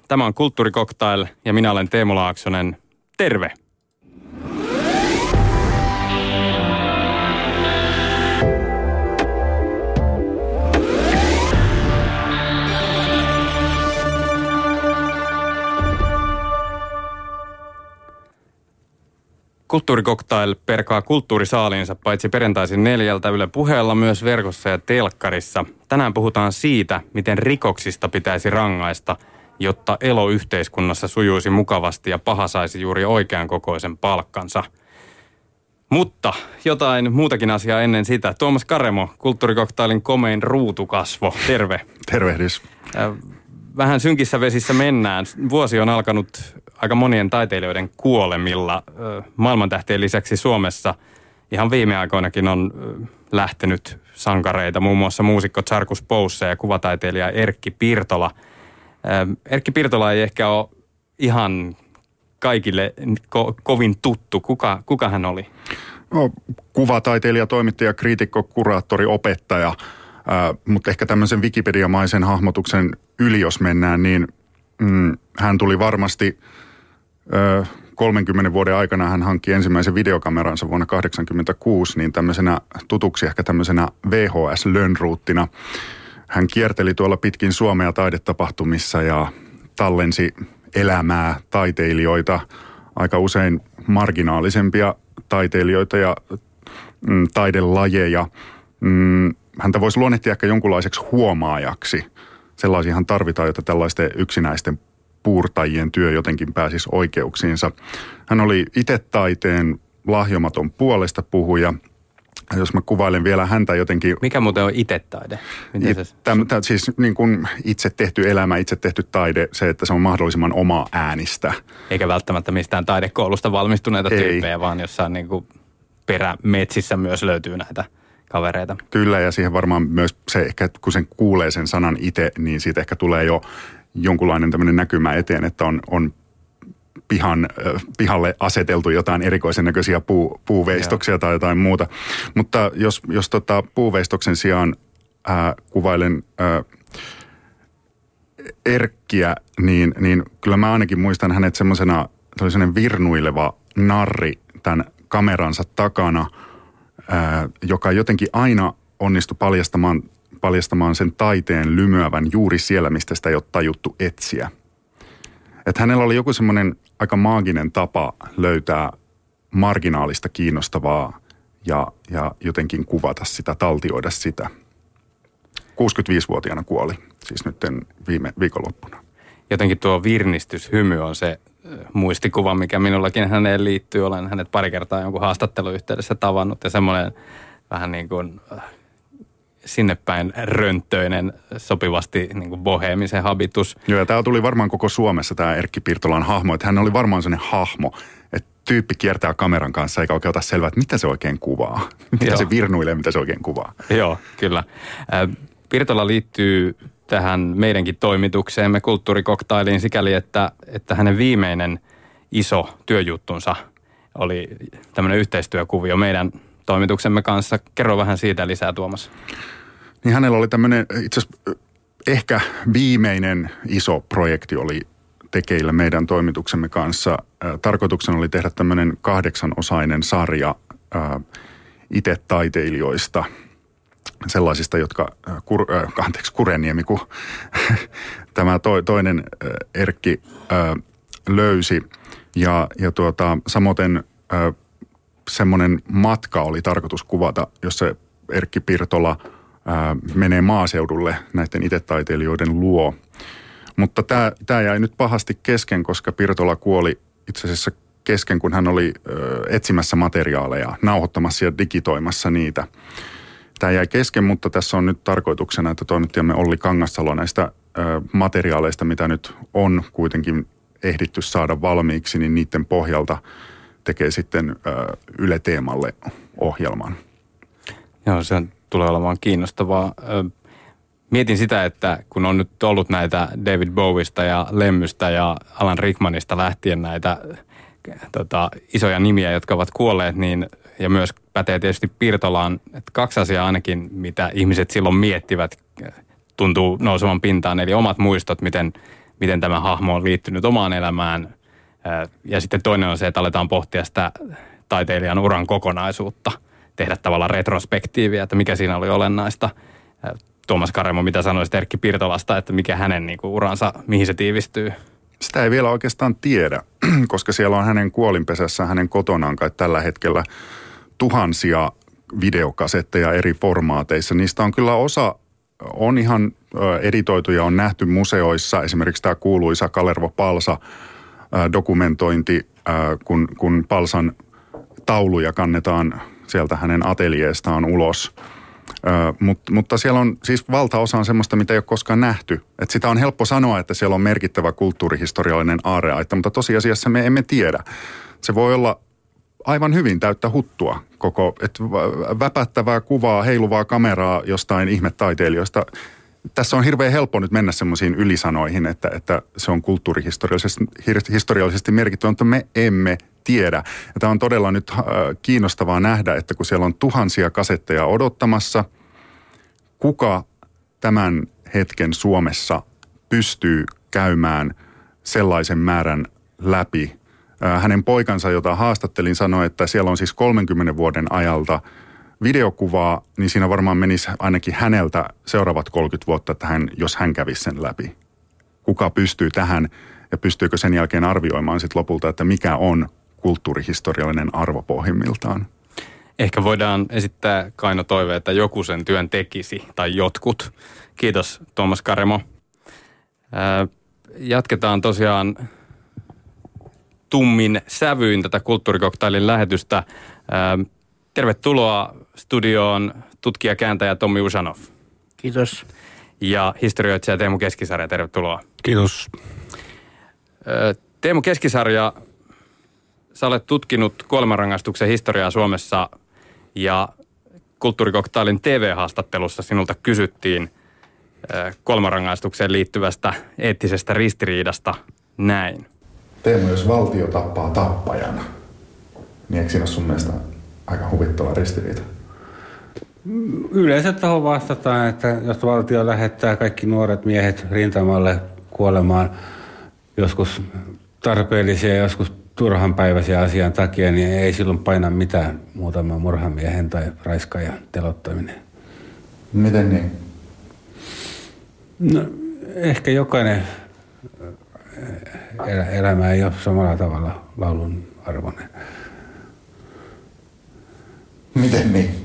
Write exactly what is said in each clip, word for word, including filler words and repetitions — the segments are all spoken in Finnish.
Tämä on Kulttuuri-Cocktail ja minä olen Teemu Laaksonen. Terve! Kulttuuri-Cocktail perkaa kulttuurisaaliinsa paitsi perjantaisin neljältä Yle Puheella myös verkossa ja telkkarissa. Tänään puhutaan siitä, miten rikoksista pitäisi rangaista, jotta elo yhteiskunnassa sujuisi mukavasti ja paha saisi juuri oikean kokoisen palkkansa. Mutta jotain muutakin asiaa ennen sitä. Tuomas Karemo, Kulttuuri-Cocktailin komein ruutukasvo. Terve. Tervehdys. Vähän synkissä vesissä mennään. Vuosi on alkanut aika monien taiteilijoiden kuolemilla. Maailmantähtien lisäksi Suomessa ihan viime aikoinakin on lähtenyt sankareita, muun muassa muusikko Tsarkus Pousse ja kuvataiteilija Erkki Pirtola. Erkki Pirtola ei ehkä ole ihan kaikille ko- kovin tuttu. Kuka, kuka hän oli? No, kuvataiteilija, toimittaja, kriitikko, kuraattori, opettaja. Äh, mutta ehkä tämmöisen Wikipedia-maisen hahmotuksen yli, jos mennään, niin mm, hän tuli varmasti äh, kolmenkymmenen vuoden aikana hän hankki ensimmäisen videokameransa vuonna tuhatyhdeksänsataakahdeksankymmentäkuusi, niin tämmöisenä tutuksi ehkä tämmöisenä V H S-lönnruuttina. Hän kierteli tuolla pitkin Suomea taidetapahtumissa ja tallensi elämää, taiteilijoita, aika usein marginaalisempia taiteilijoita ja mm, taidelajeja. Mm, häntä voisi luonnehtia ehkä jonkunlaiseksi huomaajaksi. Sellaisiahan tarvitaan, jotta tällaisten yksinäisten puurtajien työ jotenkin pääsisi oikeuksiinsa. Hän oli itse taiteen lahjomaton puolesta puhuja. Jos mä kuvailen vielä häntä jotenkin... Mikä muuten on itetaide? Se... Täm, täm, siis niin kuin itse tehty elämä, itse tehty taide, se, että se on mahdollisimman omaa äänistä. Eikä välttämättä mistään taidekoulusta valmistuneita Ei. tyyppejä, vaan jossain niin kuin perämetsissä myös löytyy näitä kavereita. Kyllä, ja siihen varmaan myös se ehkä, kun sen kuulee sen sanan itse, niin siitä ehkä tulee jo jonkunlainen tämmöinen näkymä eteen, että on... on Pihan, pihalle aseteltu jotain erikoisen näköisiä puu, puuveistoksia Joo. tai jotain muuta. Mutta jos, jos tota puuveistoksen sijaan ää, kuvailen ää, Erkkiä, niin, niin kyllä mä ainakin muistan hänet semmoisena, se oli semmoinen virnuileva narri tämän kameransa takana, ää, joka jotenkin aina onnistui paljastamaan, paljastamaan sen taiteen lymyävän juuri siellä, mistä sitä ei ole tajuttu etsiä. Että hänellä oli joku semmoinen aika maaginen tapa löytää marginaalista kiinnostavaa ja, ja jotenkin kuvata sitä, taltioida sitä. kuusikymmentäviisivuotiaana kuoli, siis nyt viime viikonloppuna. Jotenkin tuo virnistyshymy on se muistikuva, mikä minullakin häneen liittyy. Olen hänet pari kertaa jonkun haastatteluyhteydessä tavannut ja semmoinen vähän niin kuin... sinne päin rönttöinen, sopivasti niin kuin boheemisen habitus. Joo, ja täällä tuli varmaan koko Suomessa tämä Erkki Pirtolan hahmo, että hän oli varmaan sellainen hahmo, että tyyppi kiertää kameran kanssa eikä oikein ota selvää, että mitä se oikein kuvaa. Mitä Joo. se virnuilee, mitä se oikein kuvaa. Joo, kyllä. Pirtola liittyy tähän meidänkin toimitukseemme Kulttuuri-Cocktailiin sikäli, että, että hänen viimeinen iso työjuttunsa oli tämmöinen yhteistyökuvio meidän toimituksemme kanssa. Kerro vähän siitä lisää, Tuomas. Niin hänellä oli tämmöinen, itse asiassa ehkä viimeinen iso projekti oli tekeillä meidän toimituksemme kanssa. Tarkoituksena oli tehdä tämmöinen kahdeksanosainen sarja itse-taiteilijoista, sellaisista, jotka, kur, äh, anteeksi, Kureniemi, kun tämä to, toinen äh, Erkki äh, löysi. Ja, ja tuota, samoin äh, semmoinen matka oli tarkoitus kuvata, jos se Erkki Pirtola ää, menee maaseudulle näiden itse-taiteilijoiden luo. Mutta tämä, tämä jäi nyt pahasti kesken, koska Pirtola kuoli itse asiassa kesken, kun hän oli ää, etsimässä materiaaleja, nauhoittamassa ja digitoimassa niitä. Tämä jäi kesken, mutta tässä on nyt tarkoituksena, että toimittajamme Olli Kangassalo näistä ää, materiaaleista, mitä nyt on kuitenkin ehditty saada valmiiksi, niin niiden pohjalta tekee sitten ö, Yle Teemalle ohjelman. Joo, se tulee olemaan kiinnostavaa. Mietin sitä, että kun on nyt ollut näitä David Bowista ja Lemmystä ja Alan Rickmanista lähtien näitä tota, isoja nimiä, jotka ovat kuolleet, niin, ja myös pätee tietysti Pirtolaan, että kaksi asiaa ainakin, mitä ihmiset silloin miettivät, tuntuu nousevan pintaan, eli omat muistot, miten miten tämä hahmo on liittynyt omaan elämään. Ja sitten toinen on se, että aletaan pohtia sitä taiteilijan uran kokonaisuutta, tehdä tavallaan retrospektiiviä, että mikä siinä oli olennaista. Tuomas Karemo, mitä sanoisit Erkki Pirtolasta, että mikä hänen niin kuin, uransa, mihin se tiivistyy? Sitä ei vielä oikeastaan tiedä, koska siellä on hänen kuolinpesässä, hänen kotonaan kai tällä hetkellä tuhansia videokasetteja eri formaateissa. Niistä on kyllä osa, on ihan editoituja, on nähty museoissa, esimerkiksi tämä kuuluisa Kalervo Palsa dokumentointi, kun, kun Palsan tauluja kannetaan sieltä hänen ateljeestaan ulos. Ö, mutta, mutta siellä on siis valtaosa on semmoista, mitä ei ole koskaan nähty. Et sitä on helppo sanoa, että siellä on merkittävä kulttuurihistoriallinen aarreaitta, mutta tosiasiassa me emme tiedä. Se voi olla aivan hyvin täyttä huttua koko, että väpättävää kuvaa, heiluvaa kameraa jostain ihmetaiteilijoista. Tässä on hirveän helppo nyt mennä semmoisiin ylisanoihin, että, että se on kulttuurihistoriallisesti historiallisesti merkittävä, mutta me emme tiedä. Ja tämä on todella nyt äh, kiinnostavaa nähdä, että kun siellä on tuhansia kasetteja odottamassa, kuka tämän hetken Suomessa pystyy käymään sellaisen määrän läpi. Äh, hänen poikansa, jota haastattelin, sanoi, että siellä on siis kolmenkymmenen vuoden ajalta videokuvaa, niin siinä varmaan menisi ainakin häneltä seuraavat kolmekymmentä vuotta, että hän, jos hän kävisi sen läpi. Kuka pystyy tähän ja pystyykö sen jälkeen arvioimaan sitten lopulta, että mikä on kulttuurihistoriallinen arvo pohjimmiltaan? Ehkä voidaan esittää Kaino toive, että joku sen työn tekisi tai jotkut. Kiitos Tuomas Karemo. Ää, jatketaan tosiaan tummin sävyin tätä kulttuurikoktailin lähetystä. Ää, tervetuloa studioon tutkija kääntäjä Tommi Usanov. Kiitos. Ja historioitsija Teemu Keskisarja, tervetuloa. Kiitos. Ää, Teemu Keskisarja, sä olet tutkinut kuolemanrangaistuksen historiaa Suomessa ja kulttuurikoktailin T V-haastattelussa sinulta kysyttiin kuolemanrangaistukseen liittyvästä eettisestä ristiriidasta näin. Teemu, jos valtio tappaa tappajana, niin eikö siinä ole sun mielestä aika huvittava ristiriita? Yleensä tuohon vastataan, että jos valtio lähettää kaikki nuoret miehet rintamalle kuolemaan joskus tarpeellisia ja joskus turhanpäiväisiä asian takia, niin ei silloin paina mitään muutaman murhamiehen tai raiskaajan telottaminen. Miten niin? No, ehkä jokainen elä, elämä ei ole samalla tavalla laulun arvoinen. Miten niin?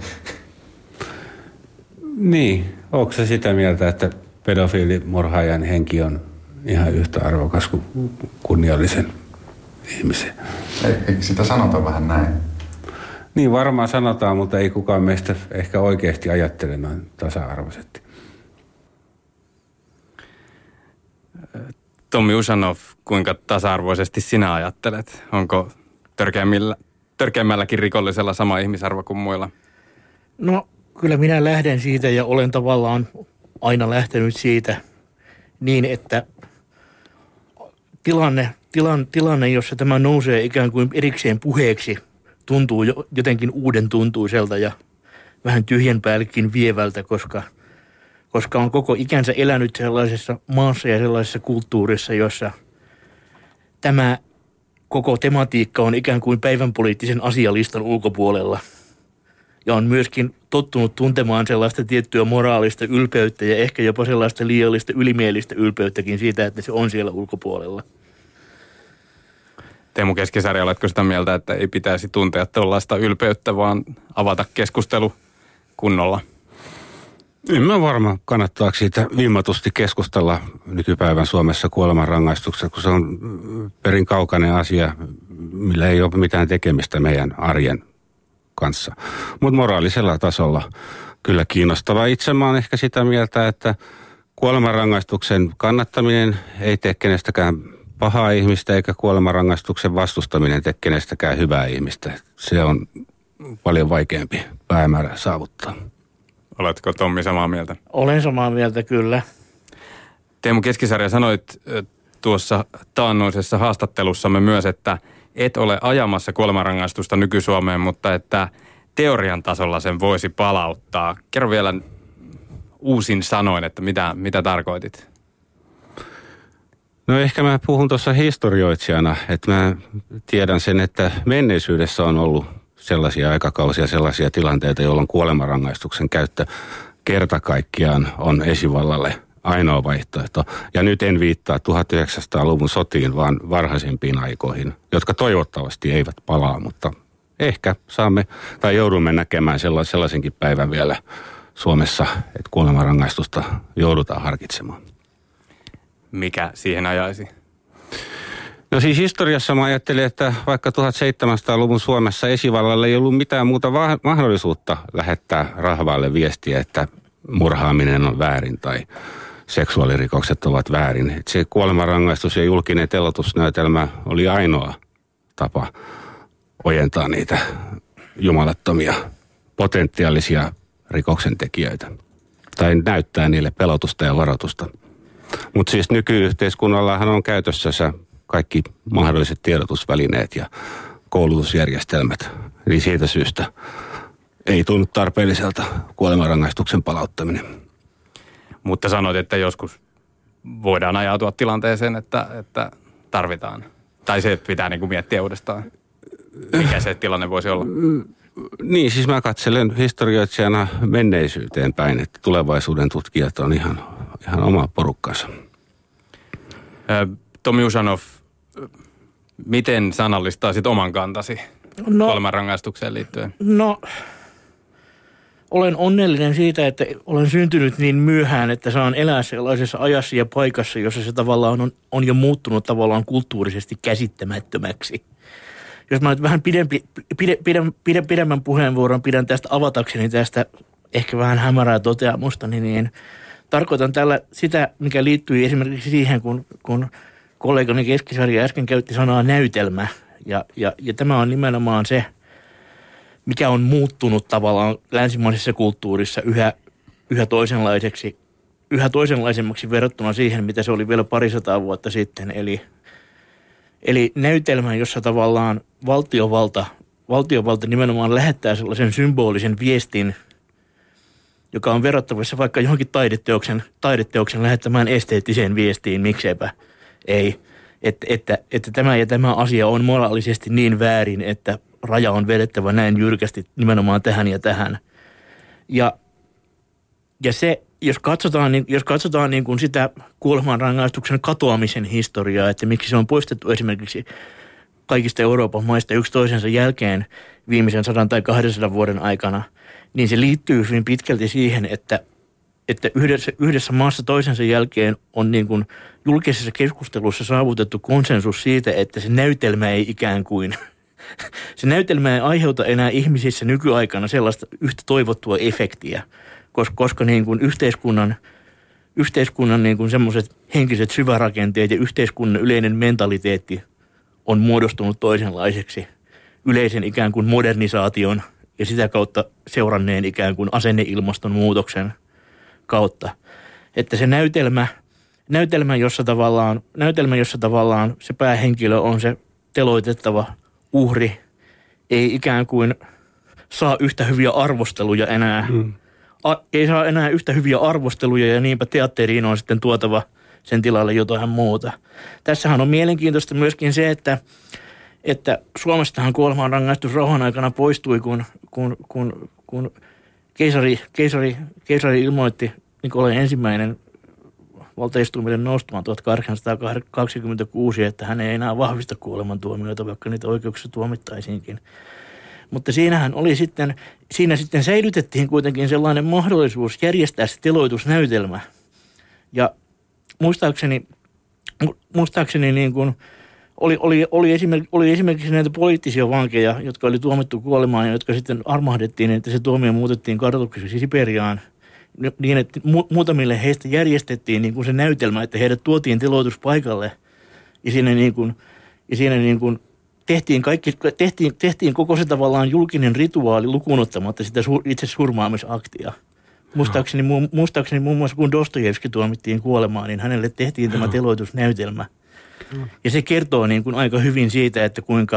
Niin, onko se sitä mieltä, että pedofiilimurhaajan henki on ihan yhtä arvokas kuin kunniallisen ihmisen? Eikö sitä sanota vähän näin? Niin varmaan sanotaan, mutta ei kukaan meistä ehkä oikeasti ajattele noin tasa-arvoisesti. Tommi Usanov, kuinka tasa-arvoisesti sinä ajattelet? Onko törkeämmälläkin rikollisella sama ihmisarvo kuin muilla? No kyllä minä lähden siitä ja olen tavallaan aina lähtenyt siitä niin, että tilanne, tilanne, tilanne jossa tämä nousee ikään kuin erikseen puheeksi, tuntuu jotenkin uuden tuntuiselta ja vähän tyhjän päällekin vievältä, koska, koska on koko ikänsä elänyt sellaisessa maassa ja sellaisessa kulttuurissa, jossa tämä koko tematiikka on ikään kuin päivänpoliittisen asialistan ulkopuolella. Ja on myöskin tottunut tuntemaan sellaista tiettyä moraalista ylpeyttä ja ehkä jopa sellaista liiallista ylimielistä ylpeyttäkin siitä, että se on siellä ulkopuolella. Teemu Keskisarja, oletko sitä mieltä, että ei pitäisi tuntea tuollaista ylpeyttä, vaan avata keskustelu kunnolla? En mä varmaan kannattaako siitä viimatusti keskustella nykypäivän Suomessa kuolemanrangaistuksessa, kun se on perin kaukainen asia, millä ei ole mitään tekemistä meidän arjen kanssa. Mutta moraalisella tasolla kyllä kiinnostava. Itse mä oon ehkä sitä mieltä, että kuolemanrangaistuksen kannattaminen ei tee kenestäkään pahaa ihmistä, eikä kuolemanrangaistuksen vastustaminen tee kenestäkään hyvää ihmistä. Se on paljon vaikeampi päämäärä saavuttaa. Oletko Tommi samaa mieltä? Olen samaa mieltä, kyllä. Teemu Keskisarja, sanoit tuossa taannoisessa haastattelussamme myös, että et ole ajamassa kuolemanrangaistusta nyky-Suomeen, mutta että teorian tasolla sen voisi palauttaa. Kerro vielä uusin sanoin, että mitä, mitä tarkoitit? No ehkä mä puhun tuossa historioitsijana, että mä tiedän sen, että menneisyydessä on ollut sellaisia aikakausia, sellaisia tilanteita, jolloin kuolemanrangaistuksen käyttö kerta kaikkiaan on esivallalle ainoa vaihtoehto. Ja nyt en viittaa tuhatyhdeksänsataaluvun sotiin, vaan varhaisempiin aikoihin, jotka toivottavasti eivät palaa, mutta ehkä saamme tai joudumme näkemään sellaisenkin päivän vielä Suomessa, että kuolemanrangaistusta joudutaan harkitsemaan. Mikä siihen ajaisi? No siis historiassa mä ajattelin, että vaikka tuhatseitsemänsataaluvun Suomessa esivallalle ei ollut mitään muuta va- mahdollisuutta lähettää rahvaalle viestiä, että murhaaminen on väärin tai seksuaalirikokset ovat väärin. Et se kuolemanrangaistus ja julkinen teloitusnäytelmä oli ainoa tapa ojentaa niitä jumalattomia potentiaalisia rikoksentekijöitä tai näyttää niille pelotusta ja varoitusta. Mutta siis nykyyhteiskunnallahan on käytössänsä kaikki mahdolliset tiedotusvälineet ja koulutusjärjestelmät. Eli siitä syystä ei tunnu tarpeelliselta kuolemanrangaistuksen palauttaminen. Mutta sanoit, että joskus voidaan ajautua tilanteeseen, että, että tarvitaan. Tai se pitää niin kuin miettiä uudestaan. Mikä se tilanne voisi olla? Niin, siis mä katselen historioitsijana menneisyyteen päin, että tulevaisuuden tutkijat on ihan, ihan oma porukkansa. Tomi Usanov, miten sanallistaisit oman kantasi no, kuolemanrangaistukseen liittyen? No, olen onnellinen siitä, että olen syntynyt niin myöhään, että saan elää sellaisessa ajassa ja paikassa, jossa se tavallaan on, on jo muuttunut tavallaan kulttuurisesti käsittämättömäksi. Jos mä nyt vähän pidempi, pide, pidem, pide, pidemmän puheenvuoron pidän tästä avatakseni tästä ehkä vähän hämärää toteamusta, niin, niin tarkoitan tällä sitä, mikä liittyy esimerkiksi siihen, kun, kun kollegani Keskisarja äsken käytti sanaa näytelmä. Ja, ja, ja tämä on nimenomaan se, mikä on muuttunut tavallaan länsimaisessa kulttuurissa yhä, yhä toisenlaiseksi, yhä toisenlaisemmaksi verrattuna siihen, mitä se oli vielä parisataa vuotta sitten. Eli, eli näytelmä, jossa tavallaan valtiovalta, valtiovalta nimenomaan lähettää sellaisen symbolisen viestin, joka on verrattavissa vaikka johonkin taideteoksen, taideteoksen lähettämään esteettiseen viestiin, mikseipä ei. Että, että, että tämä ja tämä asia on moraalisesti niin väärin, että raja on vedettävä näin jyrkästi nimenomaan tähän ja tähän. Ja, ja se, jos katsotaan, niin, jos katsotaan niin kuin sitä kuolemanrangaistuksen katoamisen historiaa, että miksi se on poistettu esimerkiksi kaikista Euroopan maista yksi toisensa jälkeen viimeisen sadan tai kahdensadan vuoden aikana, niin se liittyy hyvin pitkälti siihen, että, että yhdessä, yhdessä maassa toisensa jälkeen on niin kuin julkisessa keskustelussa saavutettu konsensus siitä, että se näytelmä ei ikään kuin, se näytelmä ei aiheuta enää ihmisissä nykyaikana sellaista yhtä toivottua efektiä, koska, koska niin kuin yhteiskunnan, yhteiskunnan niin kuin semmoiset henkiset syvärakenteet ja yhteiskunnan yleinen mentaliteetti on muodostunut toisenlaiseksi yleisen ikään kuin modernisaation ja sitä kautta seuranneen ikään kuin asenneilmaston muutoksen kautta. Että se näytelmä, näytelmä, jossa tavallaan, näytelmä, jossa tavallaan se päähenkilö on se teloitettava uhri, ei ikään kuin saa yhtä hyviä arvosteluja enää. Mm. A, ei saa enää yhtä hyviä arvosteluja ja niinpä teatteriin on sitten tuotava sen tilalle jotain muuta. Tässähän on mielenkiintoista myöskin se, että että Suomestahan kuolemanrangaistus rauhan aikana poistui, kun, kun, kun, kun keisari, keisari, keisari ilmoitti Nikolai ensimmäinen valtaistuimille noustumaan tuhatkahdeksansataakaksikymmentäkuusi, että hän ei enää vahvista kuolemantuomioita, vaikka niitä oikeuksia tuomittaisiinkin. Mutta siinähän oli sitten, siinä sitten säilytettiin kuitenkin sellainen mahdollisuus järjestää se teloitusnäytelmä. Ja muistaakseni, muistaakseni niin kuin Oli, oli, oli, esimerkiksi, oli esimerkiksi näitä poliittisia vankeja, jotka oli tuomittu kuolemaan ja jotka sitten armahdettiin, että se tuomio muutettiin kartoituksessa Siperiaan. Niin, että mu- muutamille heistä järjestettiin niin kuin se näytelmä, että heidät tuotiin teloituspaikalle. Ja siinä, niin kuin, ja siinä niin kuin tehtiin, kaikki, tehtiin, tehtiin koko se tavallaan julkinen rituaali lukuun ottamatta sitä su- itse surmaamisaktia. Muistaakseni, mu- muistaakseni muun muassa kun Dostojevski tuomittiin kuolemaan, niin hänelle tehtiin tämä teloitusnäytelmä. Ja se kertoo niin kuin aika hyvin siitä, että kuinka,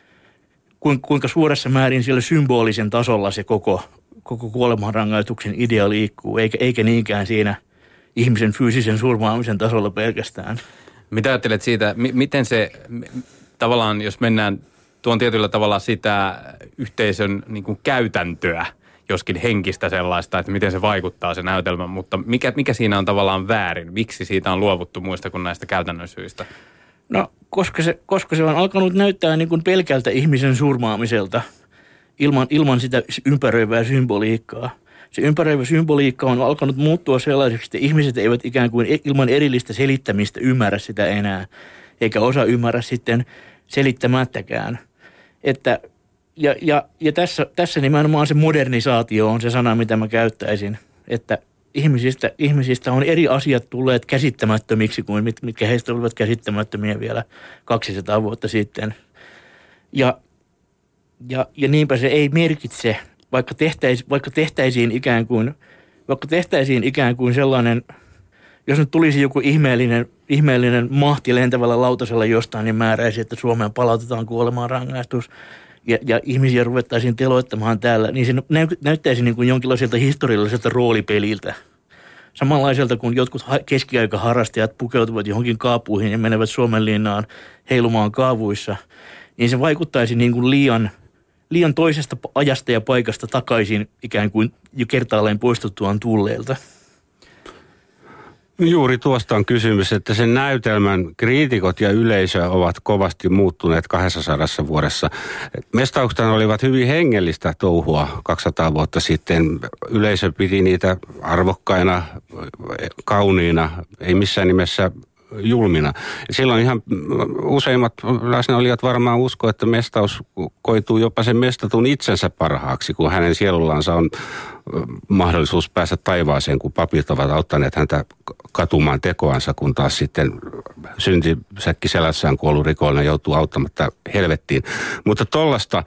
kuinka suuressa määrin siellä symbolisen tasolla se koko, koko kuolemanrangaistuksen idea liikkuu, eikä, eikä niinkään siinä ihmisen fyysisen surmaamisen tasolla pelkästään. Mitä ajattelet siitä, m- miten se m- tavallaan, jos mennään tuon tietyllä tavalla sitä yhteisön niin kuin käytäntöä, joskin henkistä sellaista, että miten se vaikuttaa se näytelmä, mutta mikä, mikä siinä on tavallaan väärin? Miksi siitä on luovuttu muista kuin näistä käytännön syistä? No, koska se, koska se on alkanut näyttää niin kuin pelkältä ihmisen surmaamiselta ilman, ilman sitä ympäröivää symboliikkaa. Se ympäröivä symboliikka on alkanut muuttua sellaiseksi, että ihmiset eivät ikään kuin ilman erillistä selittämistä ymmärrä sitä enää, eikä osaa ymmärrä sitten selittämättäkään. Että, ja ja, ja tässä, tässä nimenomaan se modernisaatio on se sana, mitä mä käyttäisin, että ihmisistä, ihmisistä on eri asiat tulleet käsittämättömiksi kuin mit, mitkä heistä olivat käsittämättömiä vielä kaksisataa vuotta sitten. Ja, ja, ja niinpä se ei merkitse, vaikka tehtäisiin, vaikka tehtäisiin ikään kuin, vaikka tehtäisiin ikään kuin sellainen, jos nyt tulisi joku ihmeellinen, ihmeellinen mahti lentävällä lautasella jostain, niin määräisi, että Suomeen palautetaan kuolemaan rangaistus ja, ja ihmisiä ruvettaisiin teloittamaan täällä, niin se näyttäisi niin kuin jonkinlaiselta historialliselta roolipeliltä. Samanlaiselta kuin jotkut keskiaikaharrastajat pukeutuvat johonkin kaapuihin ja menevät Suomenlinnaan heilumaan kaavuissa, niin se vaikuttaisi niin kuin liian, liian toisesta ajasta ja paikasta takaisin ikään kuin jo kertaalleen poistuttuaan tulleelta. Juuri tuosta on kysymys, että sen näytelmän kriitikot ja yleisö ovat kovasti muuttuneet kahdessasadassa vuodessa. Mestaukset olivat hyvin hengellistä touhua kaksisataa vuotta sitten. Yleisö piti niitä arvokkaina, kauniina, ei missään nimessä julmina. Silloin ihan useimmat läsnäolijat varmaan usko, että mestaus koituu jopa sen mestatun itsensä parhaaksi, kun hänen sielullansa on mahdollisuus päästä taivaaseen, kun papit ovat auttaneet häntä katumaan tekoansa, kun taas sitten syntisäkki selässään kuollut rikollinen joutuu auttamatta helvettiin. Mutta tollaista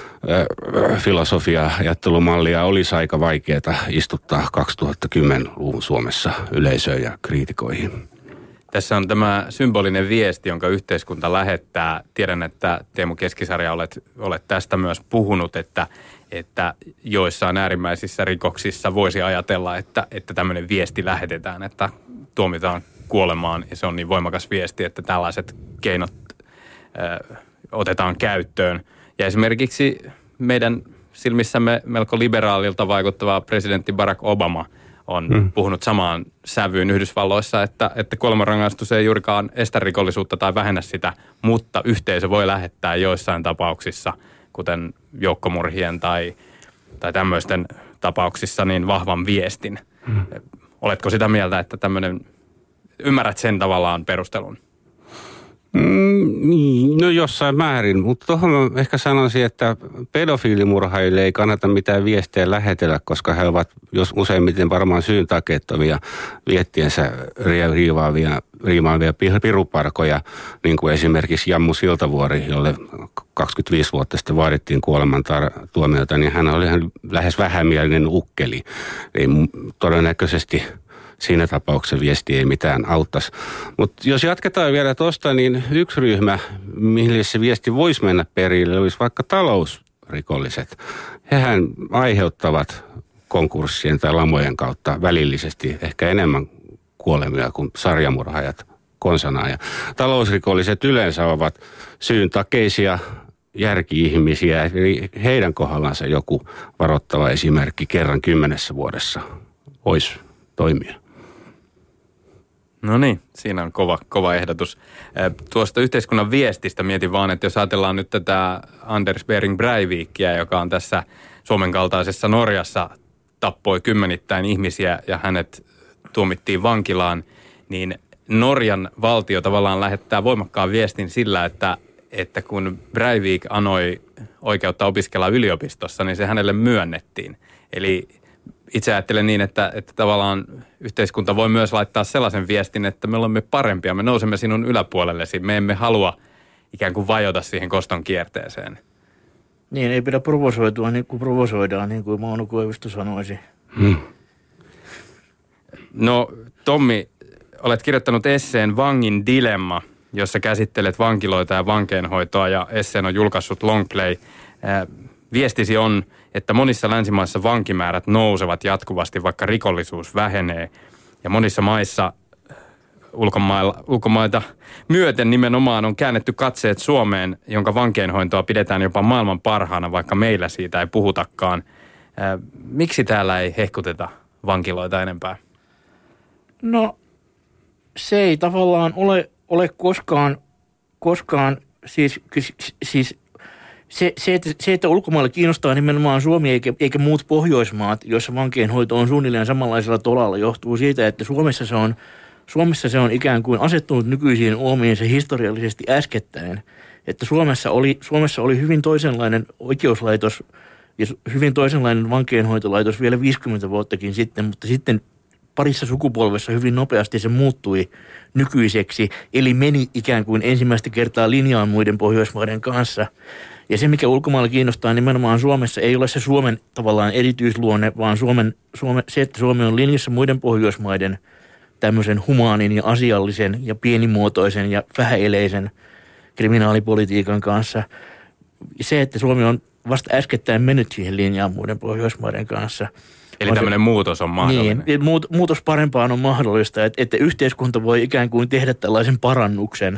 filosofia-ajattelumallia olisi aika vaikeaa istuttaa kaksituhattakymmenluvun Suomessa yleisöön ja kriitikoihin. Tässä on tämä symbolinen viesti, jonka yhteiskunta lähettää. Tiedän, että Teemu Keskisarja olet, olet tästä myös puhunut, että, että joissain äärimmäisissä rikoksissa voisi ajatella, että, että tämmöinen viesti lähetetään, että tuomitaan kuolemaan. Ja se on niin voimakas viesti, että tällaiset keinot ö, otetaan käyttöön. Ja esimerkiksi meidän silmissämme melko liberaalilta vaikuttava presidentti Barack Obama on hmm. puhunut samaan sävyyn Yhdysvalloissa, että, että kuolemanrangaistus ei juurikaan estä rikollisuutta tai vähennä sitä, mutta yhteisö voi lähettää joissain tapauksissa, kuten joukkomurhien tai, tai tämmöisten tapauksissa, niin vahvan viestin. Hmm. Oletko sitä mieltä, että tämmöinen, ymmärrät sen tavallaan perustelun? Mm, no jossain määrin, mutta tuohon ehkä sanoisin, että pedofiilimurhaille ei kannata mitään viestejä lähetellä, koska he ovat jos useimmiten varmaan syyntakeettomia viettiensä riivaavia, riivaavia piruparkoja, niin kuin esimerkiksi Jammu Siltavuori, jolle kaksikymmentäviisi vuotta sitten vaadittiin kuolemantuomiota, niin hän oli lähes vähämielinen ukkeli. Ei todennäköisesti siinä tapauksessa viesti ei mitään auttaisi. Mutta jos jatketaan vielä tuosta, niin yksi ryhmä, mihin se viesti voisi mennä perille, olisi vaikka talousrikolliset. Hehän aiheuttavat konkurssien tai lamojen kautta välillisesti ehkä enemmän kuolemia kuin sarjamurhaajat konsanaan. Ja talousrikolliset yleensä ovat syyntakeisia järki-ihmisiä, eli heidän kohdallansa joku varoittava esimerkki kerran kymmenessä vuodessa voisi toimia. No niin, siinä on kova, kova ehdotus. Tuosta yhteiskunnan viestistä mietin vaan, että jos ajatellaan nyt tätä Anders Behring Breivikia, joka on tässä Suomen kaltaisessa Norjassa, tappoi kymmenittäin ihmisiä ja hänet tuomittiin vankilaan, niin Norjan valtio tavallaan lähettää voimakkaan viestin sillä, että, että kun Breivik anoi oikeutta opiskella yliopistossa, niin se hänelle myönnettiin. Eli itse ajattelen niin, että, että tavallaan yhteiskunta voi myös laittaa sellaisen viestin, että me olemme parempia, me nousemme sinun yläpuolellesi, me emme halua ikään kuin vajota siihen koston kierteeseen. Niin, ei pidä provosoitua niin kuin provosoidaan, niin kuin Mauno Koivisto sanoisi. Hmm. No Tommi, olet kirjoittanut esseen Vangin dilemma, jossa käsittelet vankiloita ja vankeinhoitoa, ja esseen on julkaissut Longplay. Viestisi on, että monissa länsimaissa vankimäärät nousevat jatkuvasti, vaikka rikollisuus vähenee. Ja monissa maissa ulkomailla, ulkomaita myöten nimenomaan on käännetty katseet Suomeen, jonka vankeinhoitoa pidetään jopa maailman parhaana, vaikka meillä siitä ei puhutakaan. Miksi täällä ei hehkuteta vankiloita enempää? No se ei tavallaan ole, ole koskaan, koskaan siis, siis se, se, että, se, että ulkomailla kiinnostaa nimenomaan Suomi eikä, eikä muut Pohjoismaat, joissa vankeinhoito on suunnilleen samanlaisella tolalla, johtuu siitä, että Suomessa se on, Suomessa se on ikään kuin asettunut nykyisiin uomiinsa historiallisesti äskettäin. Että Suomessa oli, Suomessa oli hyvin toisenlainen oikeuslaitos ja hyvin toisenlainen vankeinhoitolaitos vielä viisikymmentä vuottakin sitten, mutta sitten parissa sukupolvessa hyvin nopeasti se muuttui nykyiseksi, eli meni ikään kuin ensimmäistä kertaa linjaan muiden Pohjoismaiden kanssa. Ja se, mikä ulkomailla kiinnostaa nimenomaan Suomessa, ei ole se Suomen tavallaan erityisluonne, vaan Suomen, Suome, se, että Suomi on linjassa muiden Pohjoismaiden tämmöisen humaanin ja asiallisen ja pienimuotoisen ja vähäeleisen kriminaalipolitiikan kanssa. Se, että Suomi on vasta äskettäin mennyt siihen linjaan muiden Pohjoismaiden kanssa. Eli tämmöinen muutos on mahdollinen. Niin, muutos parempaan on mahdollista, että, että yhteiskunta voi ikään kuin tehdä tällaisen parannuksen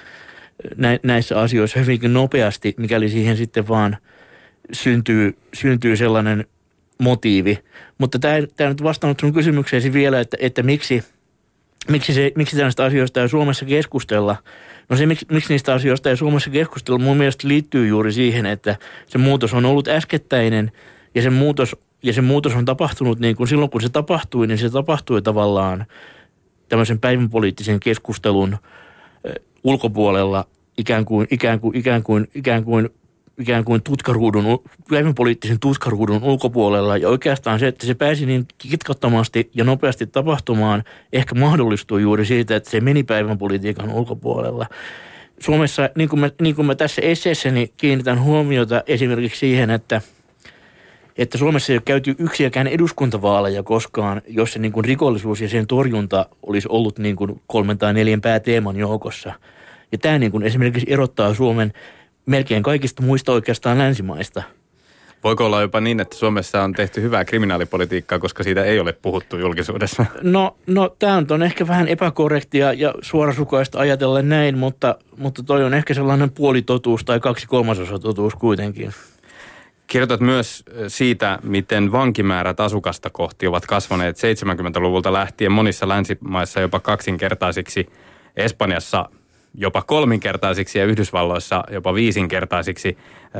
näissä asioissa hyvinkin nopeasti, mikäli siihen sitten vaan syntyy, syntyy sellainen motiivi. Mutta tämä, tämä nyt vastannut sun kysymykseesi vielä, että, että miksi, miksi, se, miksi tällaista asioista ei Suomessa keskustella. No se, miksi, miksi niistä asioista ei Suomessa keskustella, mun mielestä liittyy juuri siihen, että se muutos on ollut äskettäinen ja se muutos, ja se muutos on tapahtunut niin kuin silloin, kun se tapahtui, niin se tapahtui tavallaan tämmöisen päivänpoliittisen keskustelun ulkopuolella ikään kuin, ikään kuin, ikään kuin, ikään kuin, ikään kuin tutkaruudun, päivänpoliittisen tutkaruudun ulkopuolella. Ja oikeastaan se, että se pääsi niin kitkottomasti ja nopeasti tapahtumaan, ehkä mahdollistui juuri siitä, että se meni päivänpolitiikan ulkopuolella. Suomessa, niin kuin mä, niin kuin mä tässä esseessäni kiinnitän huomiota esimerkiksi siihen, että että Suomessa ei ole käyty yksiäkään eduskuntavaaleja koskaan, jos se niin kuin rikollisuus ja sen torjunta olisi ollut niin kuin kolmen tai neljän pääteeman joukossa. Ja tämä niin kuin esimerkiksi erottaa Suomen melkein kaikista muista oikeastaan länsimaista. Voiko olla jopa niin, että Suomessa on tehty hyvää kriminaalipolitiikkaa, koska siitä ei ole puhuttu julkisuudessa? No, no tämä on ehkä vähän epäkorrektia ja suorasukaista ajatella näin, mutta, mutta toi on ehkä sellainen puolitotuus tai kaksi kolmasosa totuus kuitenkin. Kirjoitat myös siitä, miten vankimäärät asukasta kohti ovat kasvaneet seitsemänkymmentäluvulta lähtien monissa länsimaissa jopa kaksinkertaisiksi, Espanjassa jopa kolminkertaisiksi ja Yhdysvalloissa jopa viisinkertaisiksi.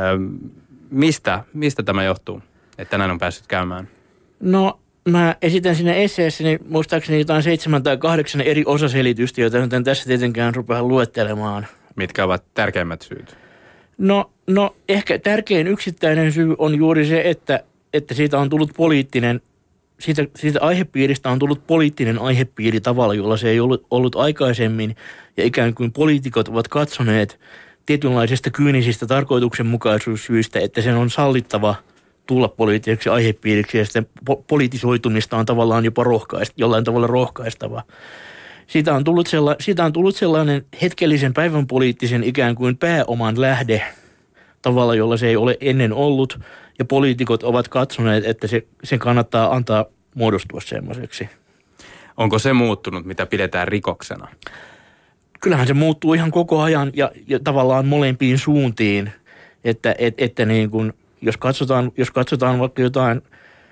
Mistä, mistä tämä johtuu, että näin on päässyt käymään? No mä esitän siinä esseessäni muistaakseni jotain seitsemän tai kahdeksan eri osaselitystä, joita en tässä tietenkään rupea luettelemaan. Mitkä ovat tärkeimmät syyt? No, no ehkä tärkein yksittäinen syy on juuri se, että, että siitä on tullut poliittinen, siitä, siitä aihepiiristä on tullut poliittinen aihepiiri tavalla, jolla se ei ollut, ollut aikaisemmin. Ja ikään kuin poliitikot ovat katsoneet tietynlaisista kyynisistä tarkoituksenmukaisuussyistä, että sen on sallittava tulla poliittiseksi aihepiiriksi ja sitten po- politisoitumista on tavallaan jopa rohkaist, jollain tavalla rohkaistava. Siitä on, tullut sella, siitä on tullut sellainen hetkellisen päivän poliittisen ikään kuin pääoman lähde tavalla, jolla se ei ole ennen ollut. Ja poliitikot ovat katsoneet, että se, sen kannattaa antaa muodostua semmoiseksi. Onko se muuttunut, mitä pidetään rikoksena? Kyllähän se muuttuu ihan koko ajan ja, ja tavallaan molempiin suuntiin. Että, et, että niin kuin, jos katsotaan, jos katsotaan vaikka jotain,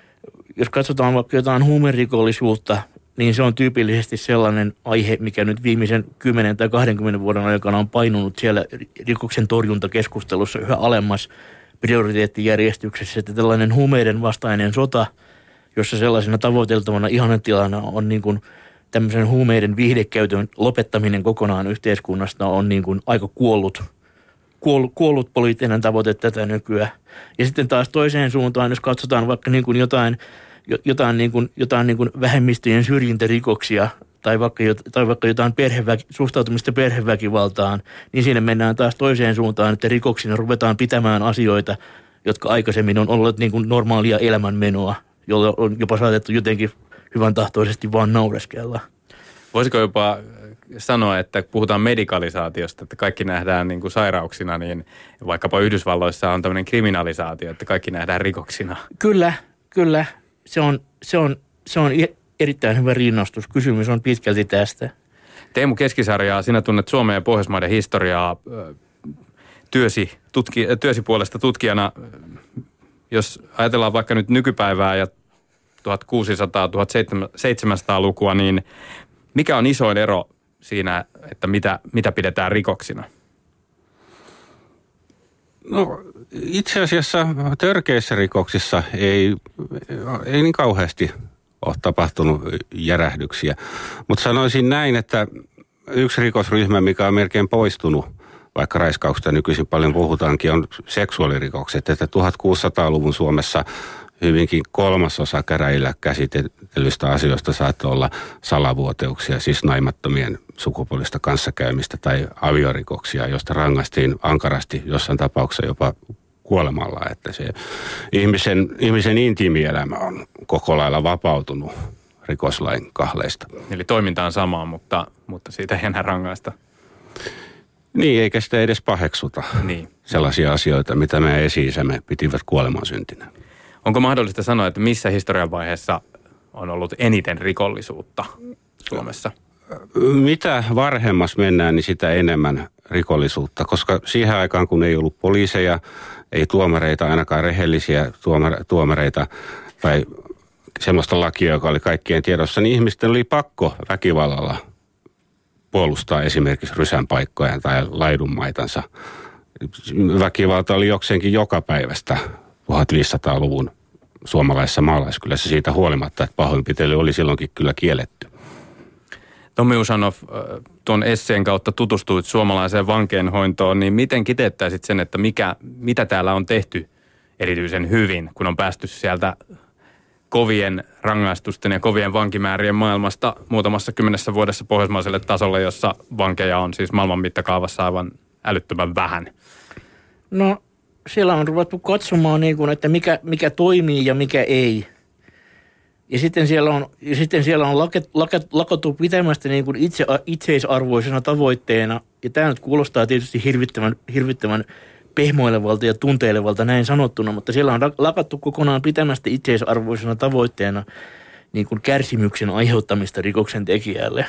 jos katsotaan vaikka jotain huumerikollisuutta, niin se on tyypillisesti sellainen aihe, mikä nyt viimeisen kymmenen tai kahdenkymmenen vuoden aikana on painunut siellä rikoksen torjuntakeskustelussa yhä alemmas prioriteettijärjestyksessä, että tällainen huumeiden vastainen sota, jossa sellaisena tavoiteltavana ihannetilana on niin kuin tämmöisen huumeiden viihdekäytön lopettaminen kokonaan yhteiskunnasta on niin kuin aika kuollut, kuollut, kuollut poliittinen tavoite tätä nykyään. Ja sitten taas toiseen suuntaan, jos katsotaan vaikka niin kuin jotain jotain, niin kuin, jotain niin kuin vähemmistöjen syrjintärikoksia tai vaikka, tai vaikka jotain perheväki, suhtautumista perheväkivaltaan, niin siinä mennään taas toiseen suuntaan, että rikoksina ruvetaan pitämään asioita, jotka aikaisemmin on ollut niin kuin normaalia elämänmenoa, jolla on jopa saatettu jotenkin hyvän tahtoisesti vaan naureskella. Voisiko jopa sanoa, että puhutaan medikalisaatiosta, että kaikki nähdään niin kuin sairauksina, niin vaikkapa Yhdysvalloissa on tämmöinen kriminalisaatio, että kaikki nähdään rikoksina? Kyllä, kyllä. Se on, se on, se on erittäin hyvä rinnastus. Kysymys on pitkälti tästä. Teemu Keskisarja, sinä tunnet Suomen ja Pohjoismaiden historiaa työsi, tutki, työsi puolesta tutkijana. Jos ajatellaan vaikka nyt nykypäivää ja tuhatkuusisataa-tuhatseitsemänsataa-lukua, niin mikä on isoin ero siinä, että mitä, mitä pidetään rikoksina? No itse asiassa törkeissä rikoksissa ei, ei niin kauheasti ole tapahtunut järähdyksiä. Mutta sanoisin näin, että yksi rikosryhmä, mikä on melkein poistunut, vaikka raiskauksesta nykyisin paljon puhutaankin, on seksuaalirikokset. Että tuhatkuusisataaluvun Suomessa hyvinkin kolmasosa käräjillä käsitellyistä asioista saattoi olla salavuoteuksia, siis naimattomien sukupuolista kanssakäymistä tai aviorikoksia, josta rangaistiin ankarasti jossain tapauksessa jopa kuolemalla, että se ihmisen, ihmisen intiimielämä on koko lailla vapautunut rikoslain kahleista. Eli toiminta on samaa, mutta, mutta siitä ei enää rangaista. Niin, eikä sitä edes paheksuta. Niin. Sellaisia asioita, mitä meidän esi-isämme pitivät kuolemansyntinä. Onko mahdollista sanoa, että missä historian vaiheessa on ollut eniten rikollisuutta Suomessa? Mitä varhemmas mennään, niin sitä enemmän rikollisuutta, koska siihen aikaan, kun ei ollut poliiseja, ei tuomareita, ainakaan rehellisiä tuomareita tai semmoista lakia, joka oli kaikkien tiedossa, niin ihmisten oli pakko väkivallalla puolustaa esimerkiksi rysänpaikkoja tai laidunmaitansa. Väkivalta oli jokseenkin joka päivästä tuhatviisisataaluvun suomalaisessa maalaiskylässä siitä huolimatta, että pahoinpitely oli silloinkin kyllä kielletty. Tommi Usanov, tuon esseen kautta tutustuit suomalaiseen vankeinhoitoon, niin miten kiteyttäisit sen, että mikä, mitä täällä on tehty erityisen hyvin, kun on päästy sieltä kovien rangaistusten ja kovien vankimäärien maailmasta muutamassa kymmenessä vuodessa pohjoismaiselle tasolle, jossa vankeja on siis maailman mittakaavassa aivan älyttömän vähän? No siellä on ruvettu katsomaan, niin kuin, että mikä, mikä toimii ja mikä ei. Ja sitten siellä on, ja sitten siellä on laket, laket, lakottu pitämästä niin kuin itse, itseisarvoisena tavoitteena. Ja tämä nyt kuulostaa tietysti hirvittävän, hirvittävän pehmoilevalta ja tunteilevalta näin sanottuna, mutta siellä on lakattu kokonaan pitämästä itseisarvoisena tavoitteena niin kuin kärsimyksen aiheuttamista rikoksen tekijälle.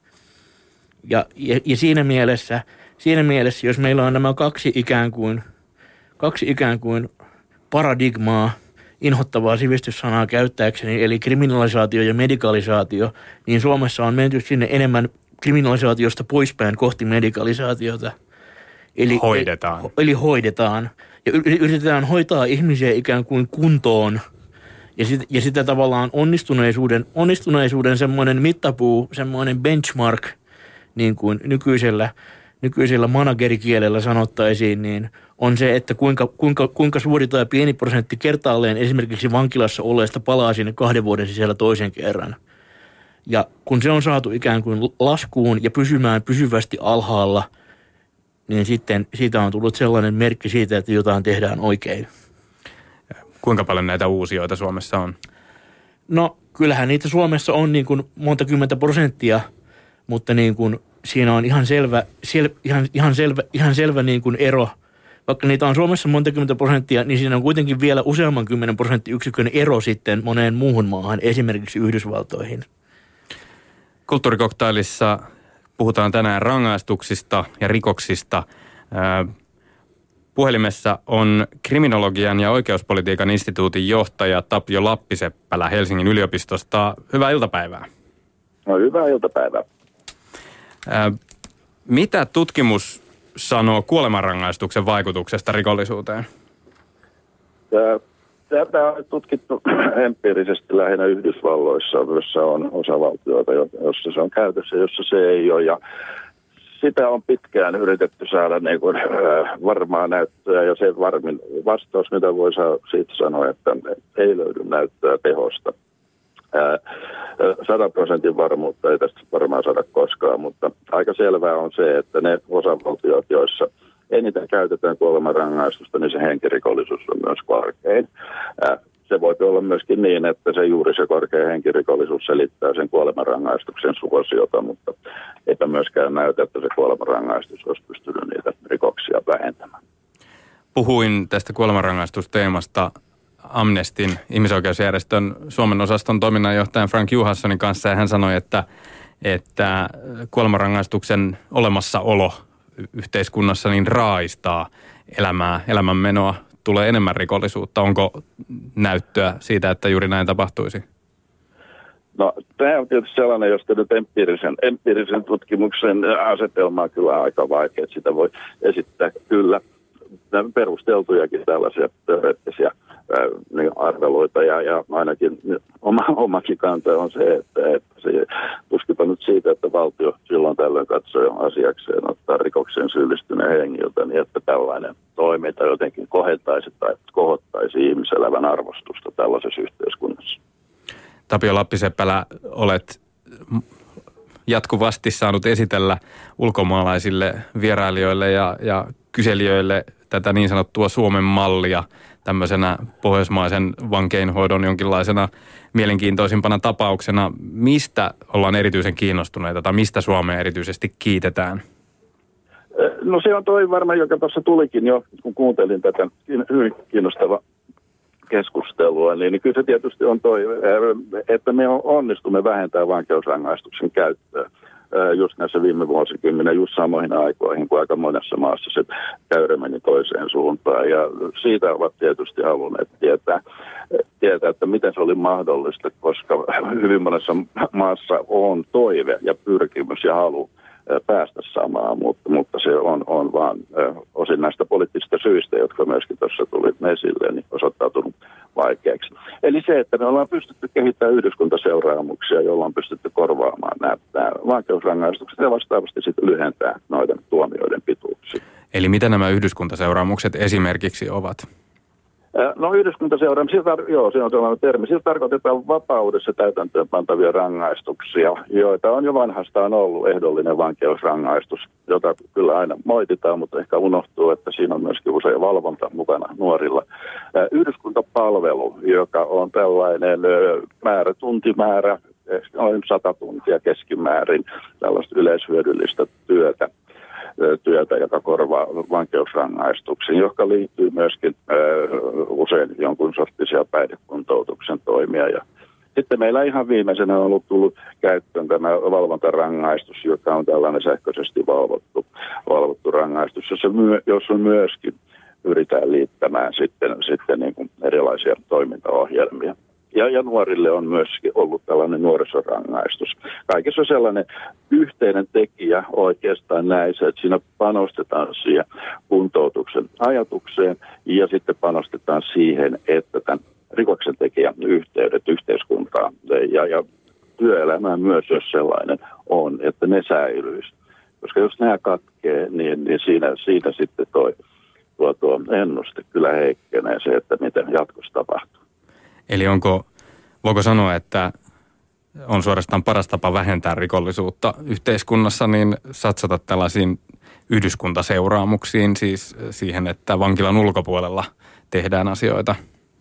Ja, ja, ja siinä mielessä, siinä mielessä, jos meillä on nämä kaksi ikään kuin, kaksi ikään kuin paradigmaa, inhottavaa sivistyssanaa käyttääkseni, eli kriminalisaatio ja medikalisaatio, niin Suomessa on menty sinne enemmän kriminalisaatiosta poispäin kohti medikalisaatiota. Eli, hoidetaan. Eli, eli hoidetaan. Ja yritetään hoitaa ihmisiä ikään kuin kuntoon. Ja, sit, ja sitä tavallaan onnistuneisuuden, onnistuneisuuden semmoinen mittapuu, semmoinen benchmark, niin kuin nykyisellä, nykyisellä managerikielellä sanottaisiin, niin on se, että kuinka, kuinka, kuinka suuri tai pieni prosentti kertaalleen esimerkiksi vankilassa olleesta palaa sinne kahden vuoden sisällä toisen kerran. Ja kun se on saatu ikään kuin laskuun ja pysymään pysyvästi alhaalla, niin sitten siitä on tullut sellainen merkki siitä, että jotain tehdään oikein. Kuinka paljon näitä uusijoita Suomessa on? No kyllähän niitä Suomessa on niin kuin monta kymmentä prosenttia, mutta niin kuin siinä on ihan selvä, sel, ihan, ihan selvä, ihan selvä niin kuin ero. Vaikka niitä on Suomessa monta kymmentä prosenttia, niin siinä on kuitenkin vielä useamman kymmenen prosenttiyksikön ero sitten moneen muuhun maahan, esimerkiksi Yhdysvaltoihin. Kulttuurikoktailissa puhutaan tänään rangaistuksista ja rikoksista. Puhelimessa on kriminologian ja oikeuspolitiikan instituutin johtaja Tapio Lappiseppälä Helsingin yliopistosta. Hyvää iltapäivää. No hyvää iltapäivää. Mitä tutkimus sanoo kuolemanrangaistuksen vaikutuksesta rikollisuuteen? Tätä on tutkittu empiirisesti lähinnä Yhdysvalloissa, jossa on osavaltioita, jossa se on käytössä, jossa se ei ole. Ja sitä on pitkään yritetty saada niin kuin, varmaa näyttöä, ja se varmin vastaus, mitä voi siitä sanoa, että ei löydy näyttöä tehosta. Sadan prosentin varmuutta ei tästä varmaan saada koskaan, mutta aika selvää on se, että ne osavaltiot, joissa eniten käytetään kuolemanrangaistusta, niin se henkirikollisuus on myös korkein. Se voi olla myöskin niin, että se juuri se korkea henkirikollisuus selittää sen kuolemanrangaistuksen suosiota, mutta eipä myöskään näytä, että se kuolemanrangaistus olisi pystynyt niitä rikoksia vähentämään. Puhuin tästä kuolemanrangaistusteemasta Amnestin ihmisoikeusjärjestön Suomen osaston toiminnanjohtajan Frank Johanssonin kanssa, ja hän sanoi, että että kuolemanrangaistuksen olemassaolo yhteiskunnassa niin raaistaa elämää, elämänmenoa, tulee enemmän rikollisuutta. Onko näyttöä siitä, että juuri näin tapahtuisi? No, tämä on tietysti sellainen, josta nyt empiirisen, empiirisen tutkimuksen asetelmaa kyllä aika vaikea, sitä voi esittää kyllä perusteltujakin tällaisia teoreettisia niin arveluita, ja, ja ainakin oma, omakin kanta on se, että, että se tuskipa nyt siitä, että valtio silloin tällöin katsoo asiakseen ottaa rikokseen syyllistyneen hengiltä, niin että tällainen toiminta jotenkin kohentaisi tai kohottaisi ihmiselämän arvostusta tällaisessa yhteiskunnassa. Tapio Lappiseppälä, olet jatkuvasti saanut esitellä ulkomaalaisille vierailijoille ja, ja kyselijöille tätä niin sanottua Suomen mallia tämmöisenä pohjoismaisen vankeinhoidon jonkinlaisena mielenkiintoisimpana tapauksena. Mistä ollaan erityisen kiinnostuneita tai mistä Suomea erityisesti kiitetään? No se on toi varmaan, joka tuossa tulikin jo, kun kuuntelin tätä hyvin kiinnostavaa keskustelua, niin kyllä se tietysti on toi, että me onnistumme vähentämään vankeusrangaistuksen käyttöä just näissä viime vuosikymmenen, just samoihin aikoihin, kuin aika monessa maassa se käyrä meni toiseen suuntaan. Ja siitä ovat tietysti halunneet tietää, tietää, että miten se oli mahdollista, koska hyvin monessa maassa on toive ja pyrkimys ja halu päästä samaan, mutta, mutta se on, on vaan osin näistä poliittisista syistä, jotka myöskin tuossa tuli esille, niin osoittautunut vaikeaksi. Eli se, että me ollaan pystytty kehittämään yhdyskuntaseuraamuksia, joilla on pystytty korvaamaan nämä, nämä vankeusrangaistukset ja vastaavasti sitten lyhentää noiden tuomioiden pituuksia. Eli mitä nämä yhdyskuntaseuraamukset esimerkiksi ovat? No yhdyskuntaseuraamuksia, joo, se on sellainen termi. Sillä tarkoitetaan vapaudessa täytäntöön pantavia rangaistuksia, joita on jo vanhastaan ollut ehdollinen vankeusrangaistus, jota kyllä aina moititaan, mutta ehkä unohtuu, että siinä on myöskin usein valvonta mukana nuorilla. Yhdyskuntapalvelu, joka on tällainen määrä, tuntimäärä, noin sata tuntia keskimäärin, tällaista yleishyödyllistä työtä. työtä, joka korvaa vankeusrangaistuksen, joka liittyy myöskin ö, usein jonkun sorttisia päihdekuntoutuksen toimia. Ja sitten meillä ihan viimeisenä on ollut tullut käyttöön tämä valvontarangaistus, joka on tällainen sähköisesti valvottu, valvottu rangaistus, jossa, myö, jossa myöskin pyritään liittämään sitten, sitten niin kuin erilaisia toimintaohjelmia. Ja, ja nuorille on myöskin ollut tällainen nuorisorangaistus. Kaikessa on sellainen yhteinen tekijä oikeastaan näissä, että siinä panostetaan siihen kuntoutuksen ajatukseen ja sitten panostetaan siihen, että tämän rikoksen tekijän yhteydet yhteiskuntaan ja, ja työelämään myös, jos sellainen on, että ne säilyisi. Koska jos nämä katkee, niin, niin siinä, siinä sitten toi, tuo, tuo ennuste kyllä heikkenee se, että miten jatkossa tapahtuu. Eli onko, voiko sanoa, että on suorastaan paras tapa vähentää rikollisuutta yhteiskunnassa, niin satsata tällaisiin yhdyskuntaseuraamuksiin, siis siihen, että vankilan ulkopuolella tehdään asioita?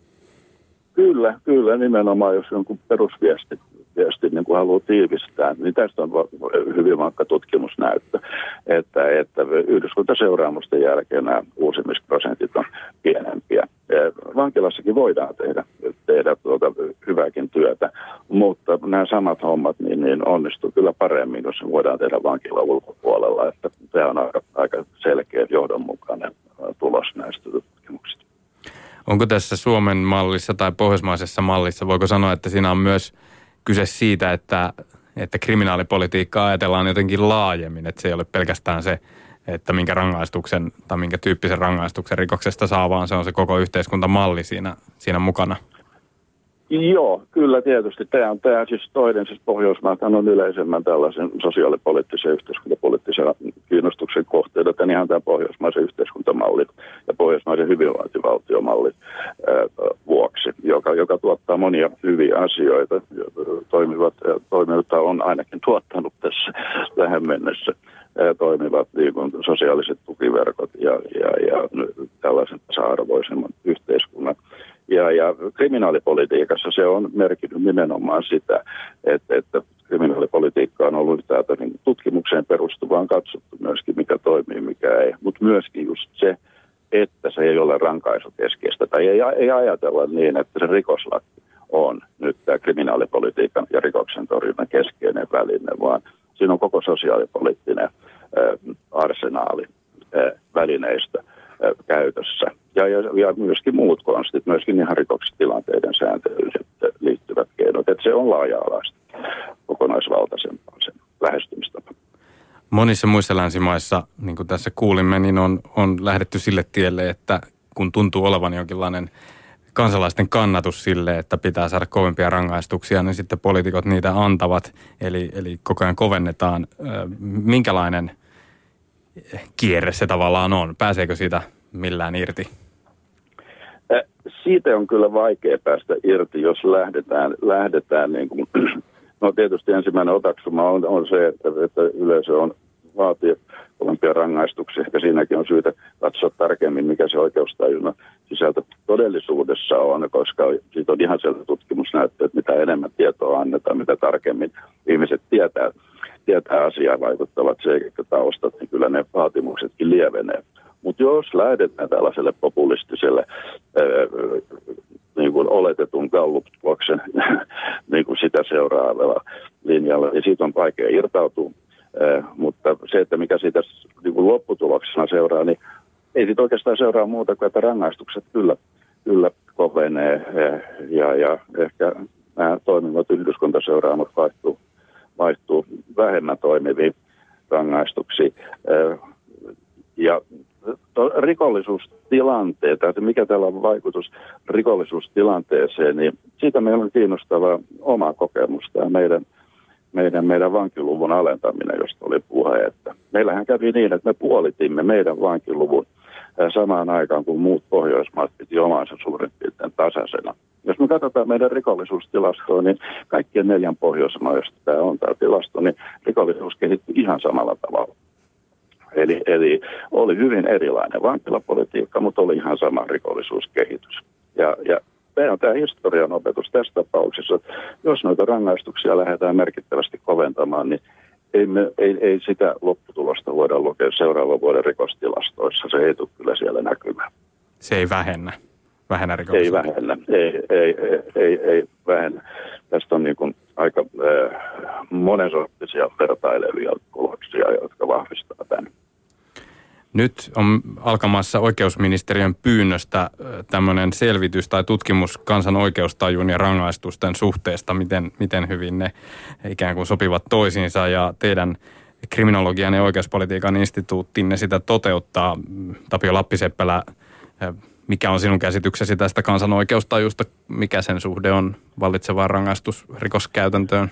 Kyllä, kyllä nimenomaan, jos jonkun perusviesti viesti, niin kuin haluaa tiivistää, niin tästä on hyvin vankka tutkimusnäyttö, että, että yhdyskuntaseuraamusten jälkeen nämä uusimisprosentit on pienempiä. Vankilassakin voidaan tehdä, tehdä tuota hyvääkin työtä, mutta nämä samat hommat niin, niin onnistuu kyllä paremmin, jos voidaan tehdä vankilan ulkopuolella, että tämä on aika, aika selkeä johdonmukainen tulos näistä tutkimuksista. Onko tässä Suomen mallissa tai pohjoismaisessa mallissa, voiko sanoa, että siinä on myös kyse siitä, että, että kriminaalipolitiikkaa ajatellaan jotenkin laajemmin, että se ei ole pelkästään se, että minkä rangaistuksen tai minkä tyyppisen rangaistuksen rikoksesta saa, vaan se on se koko yhteiskuntamalli siinä, siinä mukana? Joo, kyllä tietysti. Tämä on tämä siis toinen, siis Pohjoismaathan on yleisemmän tällaisen sosiaalipoliittisen ja yhteiskuntapoliittisen kiinnostuksen kohteena, että ihan tämä pohjoismaisen yhteiskuntamallin ja pohjoismaisen hyvinvointivaltiomallin ää, vuoksi, joka, joka tuottaa monia hyviä asioita. Toimivat, toimijoita on ainakin tuottanut tässä tähän mennessä. Ää, toimivat niin kuin sosiaaliset tukiverkot ja, ja, ja tällaisen tasa-arvoisemman yhteiskunnan. Ja, ja kriminaalipolitiikassa se on merkinnyt nimenomaan sitä, että, että kriminaalipolitiikka on ollut yhtäältä niin tutkimukseen perustuvaan katsottu myöskin, mikä toimii, mikä ei. Mutta myöskin just se, että se ei ole rankaisukeskeistä tai ei, ei ajatella niin, että se rikoslaki on nyt tämä kriminaalipolitiikan ja rikoksen torjunnan keskeinen väline, vaan Siinä on koko sosiaalipoliittinen arsenaali välineistä käytössä. Ja, ja, ja myöskin muut konstit, myöskin ihan rikostilanteiden sääntelyyn liittyvät keinot. Että se on laaja-alaista, kokonaisvaltaisempaa sen lähestymistapa. Monissa muissa länsimaissa, niin kuin tässä kuulimme, niin on, on lähdetty sille tielle, että kun tuntuu olevan jonkinlainen kansalaisten kannatus sille, että pitää saada kovempia rangaistuksia, niin sitten poliitikot niitä antavat. Eli, eli koko ajan kovennetaan. Minkälainen kierre se tavallaan on? Pääseekö siitä millään irti? Siitä on kyllä vaikea päästä irti, jos lähdetään, lähdetään niin kuin, no tietysti ensimmäinen otaksuma on, on se, että, että yleisö on vaatii kovempia rangaistuksia. Ehkä siinäkin on syytä katsoa tarkemmin, mikä se oikeustajunnan sisältö todellisuudessa on, koska siitä on ihan selvä tutkimusnäyttö, että mitä enemmän tietoa annetaan, mitä tarkemmin ihmiset tietää, tietää asiaa, vaikuttavat sekä taustat, niin kyllä ne vaatimuksetkin lievenee. Mutta jos lähdetään tällaiselle populistiselle ää, niin kuin oletetun Gallup-tuloksen niin kuin sitä seuraavalla linjalla, niin siitä on vaikea irtautua. Ää, mutta se, että mikä siitä niin kuin lopputuloksena seuraa, niin ei siitä oikeastaan seuraa muuta kuin, että rangaistukset kyllä, kyllä kovenee ja, ja ehkä nämä toimivat yhdyskuntaseuraamat vaihtuu, vaihtuu vähemmän toimiviin rangaistuksiin. Ää, ja rikollisuustilanteet, että mikä tällä on vaikutus rikollisuustilanteeseen, niin siitä meillä on kiinnostavaa omaa kokemusta ja meidän, meidän, meidän vankiluvun alentaminen, josta oli puhe. Että meillähän kävi niin, että me puolitimme meidän vankiluvun samaan aikaan, kun muut Pohjoismaat piti omansa suurin piirtein tasaisena. Jos me katsotaan meidän rikollisuustilastoa, niin kaikkien neljän Pohjoismaan, josta tämä on tämä tilasto, niin rikollisuus kehittyi ihan samalla tavalla. Eli, eli oli hyvin erilainen vankilapolitiikka, mutta oli ihan sama rikollisuuskehitys. Ja, ja meillä on tämä historian opetus tässä tapauksessa, että jos noita rangaistuksia lähdetään merkittävästi koventamaan, niin ei, me, ei, ei sitä lopputulosta voida lukea seuraavan vuoden rikostilastoissa. Se ei tule kyllä siellä näkymään. Se ei vähennä, vähennä rikollisuutta? Ei vähennä, ei, ei, ei, ei, ei vähennä. Tästä on niin kuin aika äh, monensorttisia vertailevia tuloksia, jotka vahvistaa tämän. Nyt on alkamassa oikeusministeriön pyynnöstä tämmöinen selvitys tai tutkimus kansan oikeustajun ja rangaistusten suhteesta, miten, miten hyvin ne ikään kuin sopivat toisiinsa, ja teidän kriminologian ja oikeuspolitiikan instituuttinne sitä toteuttaa. Tapio Lappiseppälä, mikä on sinun käsityksesi tästä kansan oikeustajusta? Mikä sen suhde on vallitsevaan rangaistusrikoskäytäntöön?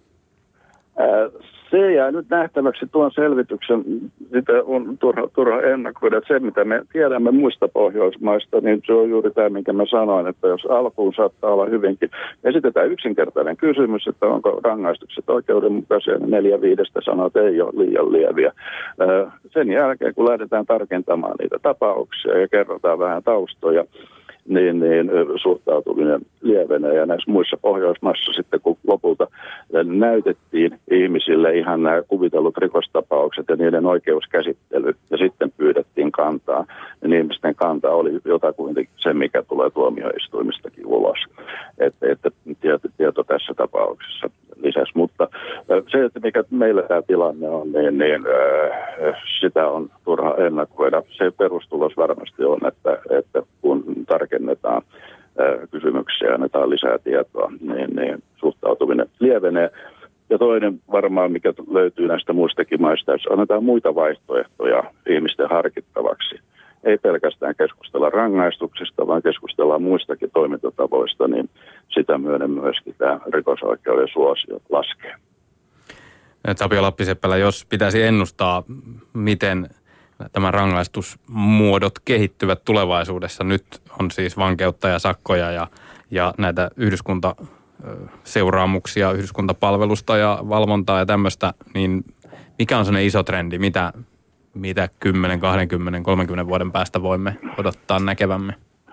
Äh. Se jää nyt nähtäväksi tuon selvityksen, sitä on turha, turha ennakoida. Se, mitä me tiedämme muista Pohjoismaista, niin se on juuri tämä, minkä mä sanoin, että jos alkuun saattaa olla hyvinkin, esitetään yksinkertainen kysymys, että onko rangaistukset oikeudenmukaisia, niin neljä viidestä sanoo, että ei ole liian lieviä. Sen jälkeen, kun lähdetään tarkentamaan niitä tapauksia ja kerrotaan vähän taustoja, niin, niin suhtautuminen lievenee. Ja näissä muissa Pohjoismaissa sitten, kun lopulta näytettiin ihmisille ihan nämä kuvitellut rikostapaukset ja niiden oikeuskäsittely, ja sitten pyydettiin kantaa, niin ihmisten kanta oli jotakuinkin se, mikä tulee tuomioistuimistakin ulos. Että, että tieto, tieto tässä tapauksessa lisäsi. Mutta se, että mikä meillä tämä tilanne on, niin, niin äh, sitä on turha ennakoida. Se perustulos varmasti on, että, että kun tarkennetaan äh, kysymyksiä ja annetaan lisää tietoa, niin, niin suhtautuminen lievenee. Ja toinen varmaan, mikä löytyy näistä muistakin maista, jos annetaan muita vaihtoehtoja ihmisten harkittavaksi. Ei pelkästään keskustella rangaistuksista, vaan keskustellaan muistakin toimintatavoista, niin sitä myöden myöskin tämä rikosoikeuden suosio laskee. Tapio Lappiseppälä, jos pitäisi ennustaa, miten tämä rangaistusmuodot kehittyvät tulevaisuudessa. Nyt on siis vankeutta ja sakkoja ja, ja näitä yhdyskuntaseuraamuksia, yhdyskuntapalvelusta ja valvontaa ja tämmöistä, niin mikä on sellainen iso trendi, mitä... Mitä kymmenen, kaksikymmentä, kolmekymmentä vuoden päästä voimme odottaa näkevämme?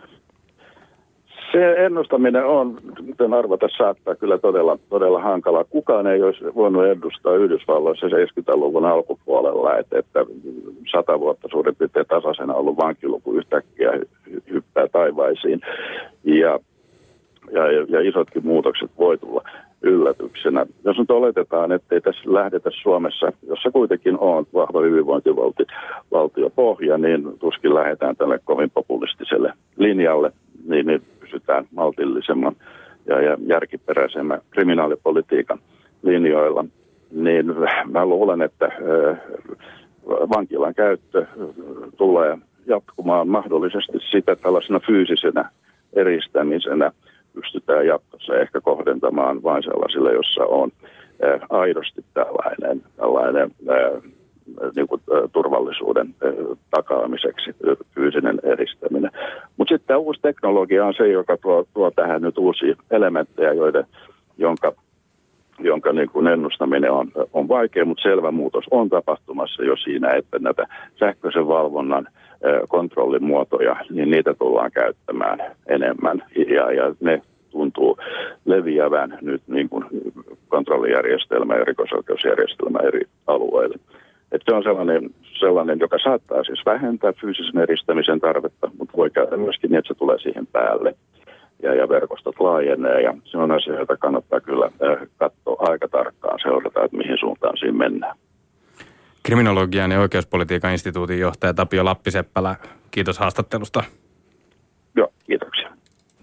Se ennustaminen on, kuten arvata saattaa, kyllä todella, todella hankalaa. Kukaan ei olisi voinut ennustaa Yhdysvalloissa seitsemänkymmentäluvun alkupuolella, että, että sata vuotta suurin piirtein tasaisena ollut vankiluku yhtäkkiä hyppää taivaisiin. Ja, ja, ja isotkin muutokset voi tulla. yllätyksenä. Jos nyt oletetaan, ettei tässä lähdetä Suomessa, jossa kuitenkin on vahva hyvinvointivaltiopohja, niin tuskin lähdetään tälle kovin populistiselle linjalle, niin, niin pysytään maltillisemman ja, ja järkiperäisemmän kriminaalipolitiikan linjoilla. Niin mä luulen, että ö, vankilan käyttö tulee jatkumaan mahdollisesti sitä tällaisena fyysisenä eristämisenä. Pystytään jatkossa ehkä kohdentamaan vain sellaisille, jossa on ää, aidosti tällainen, tällainen ää, niin kuin, ää, turvallisuuden ää, takaamiseksi fyysinen eristäminen. Mutta sitten uusi teknologia on se, joka tuo, tuo tähän nyt uusia elementtejä, joiden, jonka, jonka niin kuin ennustaminen on, on vaikea, mutta selvä muutos on tapahtumassa jo siinä, että näitä sähköisen valvonnan kontrollin muotoja, niin niitä tullaan käyttämään enemmän. Ja, ja ne tuntuu leviävän nyt niin kuin kontrollijärjestelmä ja rikosoikeusjärjestelmä eri alueille. Et se on sellainen, sellainen, joka saattaa siis vähentää fyysisen eristämisen tarvetta, mutta voi käydä myöskin niin, että se tulee siihen päälle. Ja, ja verkostot laajenee, ja se on asia, jota kannattaa kyllä äh, katsoa aika tarkkaan, seurata, että mihin suuntaan siinä mennään. Kriminologian ja oikeuspolitiikan instituutin johtaja Tapio Lappiseppälä, kiitos haastattelusta. Joo, kiitoksia.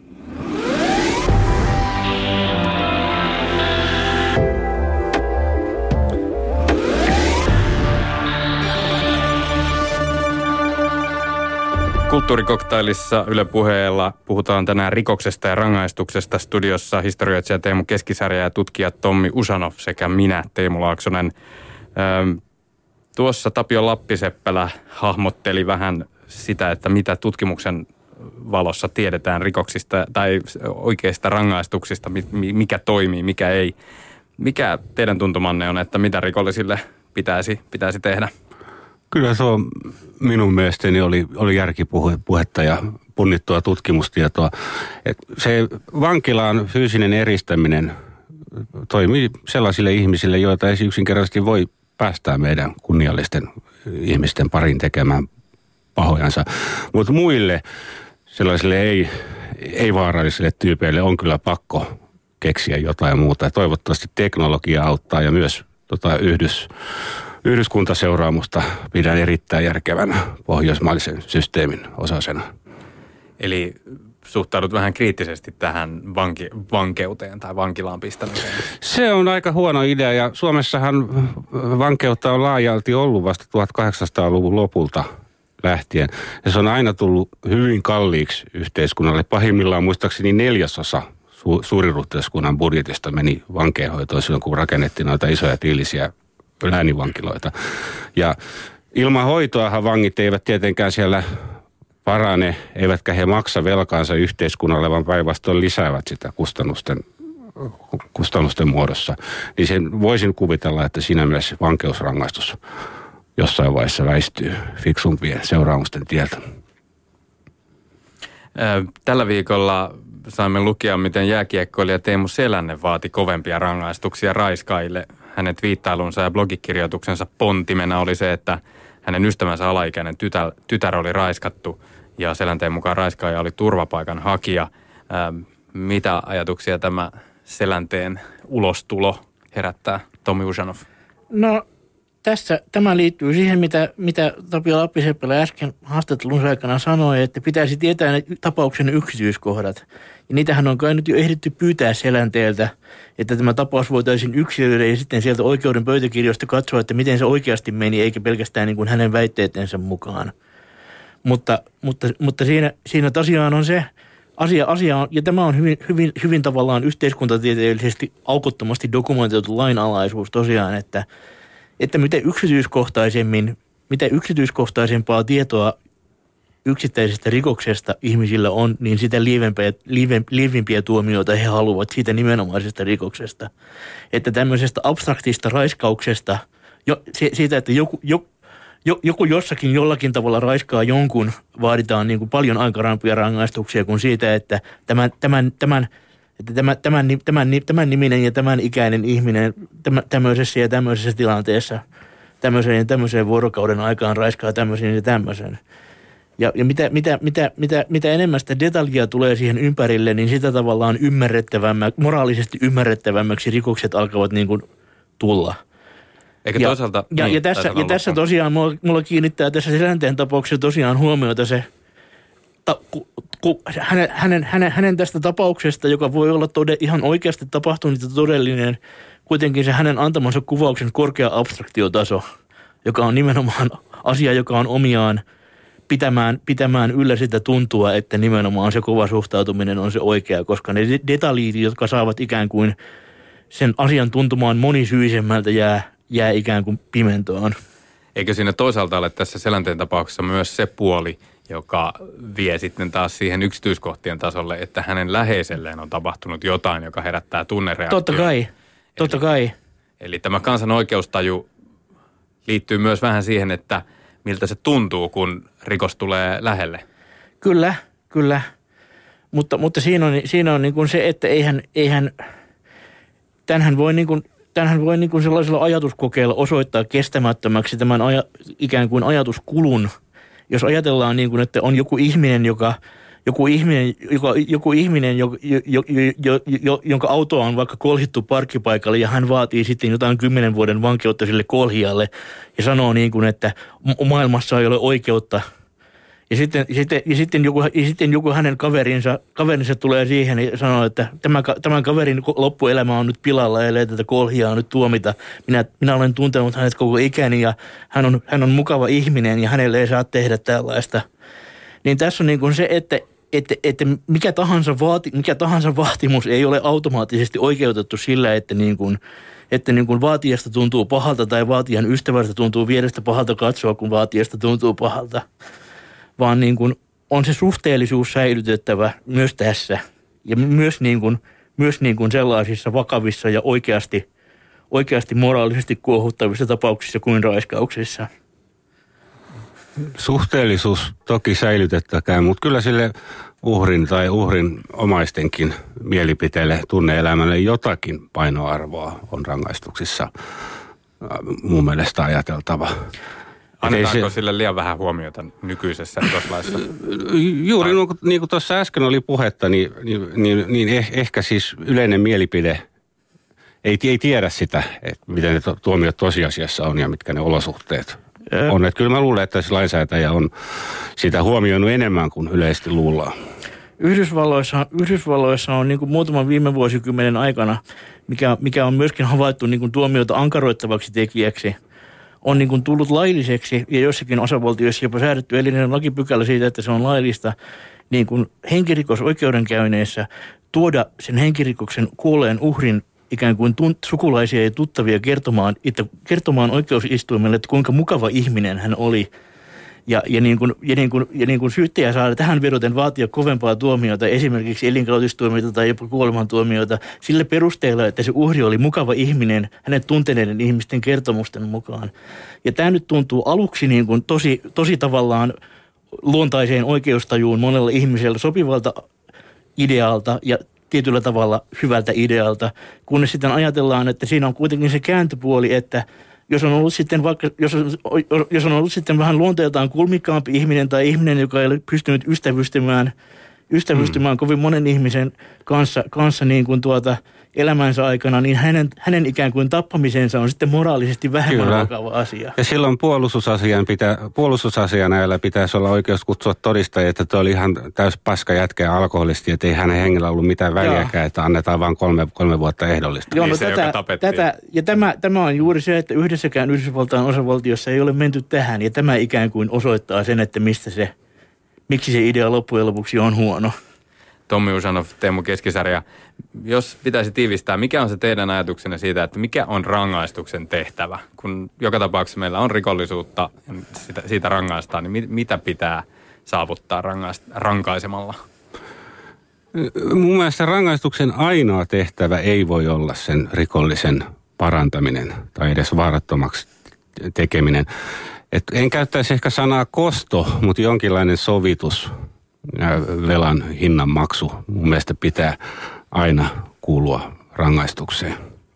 Kulttuurikoktailissa Yle Puheella puhutaan tänään rikoksesta ja rangaistuksesta. Studiossa historioitsija Teemu Keskisarja ja tutkija Tommi Usanov sekä minä, Teemu Laaksonen. Öö, tuossa Tapio Lappiseppälä hahmotteli vähän sitä, että mitä tutkimuksen valossa tiedetään rikoksista tai oikeista rangaistuksista, mikä toimii, mikä ei. Mikä teidän tuntumanne on, että mitä rikollisille pitäisi, pitäisi tehdä? Kyllä se on minun mielestäni oli, oli järkipuhetta ja punnittua tutkimustietoa. Et se vankilaan fyysinen eristäminen toimii sellaisille ihmisille, joita ei yksinkertaisesti voi päästää meidän kunniallisten ihmisten parin tekemään pahojansa. Mutta muille sellaisille ei, ei-vaarallisille tyypeille on kyllä pakko keksiä jotain muuta. Ja toivottavasti teknologia auttaa ja myös tota, yhdys... Yhdyskuntaseuraamusta pidän erittäin järkevänä pohjoismaisen systeemin osasena. Eli suhtaudut vähän kriittisesti tähän vanki, vankeuteen tai vankilaan pistämiseen? Se on aika huono idea ja Suomessahan vankeutta on laajalti ollut vasta tuhatkahdeksansataaluvun lopulta lähtien. Ja se on aina tullut hyvin kalliiksi yhteiskunnalle. Pahimmillaan muistaakseni neljäsosa su- suuriruhteiskunnan budjetista meni vankeinhoitoon silloin, kun rakennettiin noita isoja tiilisiä läänivankiloita. Ja ilman hoitoahan vangit eivät tietenkään siellä parane, eivätkä he maksa velkaansa yhteiskunnalle, vaan päinvastoin lisäävät sitä kustannusten, kustannusten muodossa. Niin sen voisin kuvitella, että siinä myös vankeusrangaistus jossain vaiheessa väistyy fiksumpien seuraamusten tieltä. Tällä viikolla saimme lukea, miten jääkiekkoilija Teemu Selänne vaati kovempia rangaistuksia raiskaille. Hänen twiittailunsa ja blogikirjoituksensa pontimena oli se, että hänen ystävänsä alaikäinen tytär, tytär oli raiskattu ja Selänteen mukaan raiskaaja oli turvapaikan hakija. Ää, mitä ajatuksia tämä Selänteen ulostulo herättää, Tommi Usanov? No tässä tämä liittyy siihen, mitä, mitä Tapio Lappiseppälä äsken haastattelunsa aikana sanoi, että pitäisi tietää ne tapauksen yksityiskohdat. Ja niitähän on kai nyt jo ehditty pyytää Selänteeltä, että tämä tapaus voitaisiin yksilöidä ja sitten sieltä oikeuden pöytäkirjoista katsoa, että miten se oikeasti meni, eikä pelkästään niin kuin hänen väitteetensä mukaan. Mutta, mutta, mutta siinä, siinä tosiaan on se asia, asia on, ja tämä on hyvin, hyvin, hyvin tavallaan yhteiskuntatieteellisesti aukottomasti dokumentoitu lainalaisuus tosiaan, että että mitä yksityiskohtaisemmin, mitä yksityiskohtaisempaa tietoa yksittäisestä rikoksesta ihmisillä on, niin sitä lievempiä, lievempiä tuomioita he haluavat siitä nimenomaisesta rikoksesta. Että tämmöisestä abstraktista raiskauksesta, jo, siitä, että joku, jo, jo, joku jossakin jollakin tavalla raiskaa jonkun, vaaditaan niin kuin paljon ankarampia rangaistuksia kuin siitä, että tämän, tämän, tämän Että tämän, tämän, tämän, tämän niminen ja tämän ikäinen ihminen tämän, tämmöisessä ja tämmöisessä tilanteessa tämmöisen ja tämmöisen vuorokauden aikaan raiskaa tämmöisen ja tämmöisen. Ja, ja mitä, mitä, mitä, mitä, mitä enemmän sitä detaljia tulee siihen ympärille, niin sitä tavallaan ymmärrettävämmäksi, moraalisesti ymmärrettävämmäksi rikokset alkavat niin kuin tulla. Eikä ja, toisaalta... Ja, niin, ja, tässä, ja tässä tosiaan mulla, mulla kiinnittää tässä Selänteen tapauksessa tosiaan huomiota se, ta, ku, ku, hänen, hänen, hänen, hänen tästä tapauksesta, joka voi olla tode, ihan oikeasti tapahtunut ja todellinen, kuitenkin se hänen antamansa kuvauksen korkea abstraktiotaso, joka on nimenomaan asia, joka on omiaan pitämään, pitämään yllä sitä tuntua, että nimenomaan se kova suhtautuminen on se oikea, koska ne detaljit, jotka saavat ikään kuin sen asian tuntumaan monisyisemmältä, jää, jää ikään kuin pimentoon. Eikö siinä toisaalta ole tässä Selänteen tapauksessa myös se puoli, joka vie sitten taas siihen yksityiskohtien tasolle, että hänen läheiselleen on tapahtunut jotain, joka herättää tunnereaktion. Totta kai, totta eli, kai. Eli tämä kansan oikeustaju liittyy myös vähän siihen, että miltä se tuntuu, kun rikos tulee lähelle. Kyllä, kyllä. Mutta, mutta siinä on, siinä on niin kuin se, että eihän, eihän tämänhän voi, niin kuin, tämänhän voi niin kuin sellaisella ajatuskokeella osoittaa kestämättömäksi tämän aja, ikään kuin ajatuskulun. Jos ajatellaan niin kuin, että on joku ihminen, joka, joku ihminen, joka, joku ihminen jo, jo, jo, jo, jo, jonka autoa on vaikka kolhittu parkkipaikalle ja hän vaatii sitten jotain kymmenen vuoden vankeutta sille kolhijalle ja sanoo niin kuin, että maailmassa ei ole oikeutta. Ja sitten, sitten, ja sitten, joku, ja sitten joku hänen kaverinsa, kaverinsa tulee siihen ja sanoo, että tämän, tämän kaverin loppuelämä on nyt pilalla, ellei tätä kolhijaa nyt tuomita. Minä, minä olen tuntenut hänet koko ikäni ja hän on, hän on mukava ihminen ja hänelle ei saa tehdä tällaista. Niin tässä on niin kuin se, että, että, että mikä, tahansa vaati, mikä tahansa vaatimus ei ole automaattisesti oikeutettu sillä, että, niin kuin, että niin kuin vaatijasta tuntuu pahalta tai vaatijan ystävästä tuntuu vierestä pahalta katsoa, kun vaatijasta tuntuu pahalta. Vaan niin kuin on se suhteellisuus säilytettävä myös tässä ja myös, niin kuin, myös niin kuin sellaisissa vakavissa ja oikeasti, oikeasti moraalisesti kuohuttavissa tapauksissa kuin raiskauksissa. Suhteellisuus toki säilytettäkään, mutta kyllä sille uhrin tai uhrin omaistenkin mielipiteelle, tunne-elämälle jotakin painoarvoa on rangaistuksissa mun mielestä ajateltava. Annetaanko se sille liian vähän huomiota nykyisessä rikoslaissa? Juuri niin kuin, niin kuin tuossa äsken oli puhetta, niin, niin, niin, niin eh, ehkä siis yleinen mielipide ei, ei tiedä sitä, että miten ne tuomiot tosiasiassa on ja mitkä ne olosuhteet on. Että kyllä mä luulen, että se lainsäätäjä on sitä huomioinut enemmän kuin yleisesti luullaan. Yhdysvalloissa, Yhdysvalloissa on niin kuin muutaman viime vuosikymmenen aikana, mikä, mikä on myöskin havaittu niin kuin tuomioita ankaroittavaksi tekijäksi, on niin kuin tullut lailliseksi ja jossakin osavaltioissa jopa säädetty elinen lakipykälä siitä, että se on laillista niin kuin henkirikosoikeudenkäynneissä tuoda sen henkirikoksen kuolleen uhrin ikään kuin tunt, sukulaisia ja tuttavia kertomaan, että, kertomaan oikeusistuimelle, että kuinka mukava ihminen hän oli. Ja, ja, niin kuin, ja, niin kuin, ja niin kuin syyttäjä saa tähän vedoten vaatia kovempaa tuomiota, esimerkiksi elinkautistuomioita tai jopa kuolemantuomioita, sillä perusteella, että se uhri oli mukava ihminen hänen tunteneiden ihmisten kertomusten mukaan. Ja tämä nyt tuntuu aluksi niin kuin tosi, tosi tavallaan luontaiseen oikeustajuun monella ihmisellä sopivalta idealta ja tietyllä tavalla hyvältä idealta, kunnes sitten ajatellaan, että siinä on kuitenkin se kääntöpuoli, että Jos on ollut sitten vaikka, jos on, jos on ollut sitten vähän luonteeltaan kulmikkaampi ihminen tai ihminen, joka ei ole pystynyt ystävystymään, ystävystymään mm. kovin monen ihmisen kanssa, kanssa niin kuin tuota elämänsä aikana, niin hänen, hänen ikään kuin tappamisensa on sitten moraalisesti vähemmän vakava asia. Ja silloin puolustusasian pitää, puolustusasianajalla pitäisi olla oikeus kutsua todistajia, että tuo oli ihan täys paska jätkä ja alkoholisti, että ei hänen hengellä ollut mitään väliäkään, että annetaan vain kolme, kolme vuotta ehdollista. Joo, no niin tätä, tätä, ja tämä, tämä on juuri se, että yhdessäkään Yhdysvaltain osavaltiossa ei ole menty tähän, ja tämä ikään kuin osoittaa sen, että mistä se, miksi se idea loppujen lopuksi on huono. Tommi Usanov, Teemu Keskisarja, jos pitäisi tiivistää, mikä on se teidän ajatuksenne siitä, että mikä on rangaistuksen tehtävä? Kun joka tapauksessa meillä on rikollisuutta ja sitä, siitä rangaistaan, niin mit, mitä pitää saavuttaa rangaist, rankaisemalla? Mun mielestä rangaistuksen ainoa tehtävä ei voi olla sen rikollisen parantaminen tai edes vaarattomaksi tekeminen. Et en käyttäisi ehkä sanaa kosto, mutta jonkinlainen sovitus, velan hinnan maksu mun mielestä pitää aina kuulua rangaistukseen.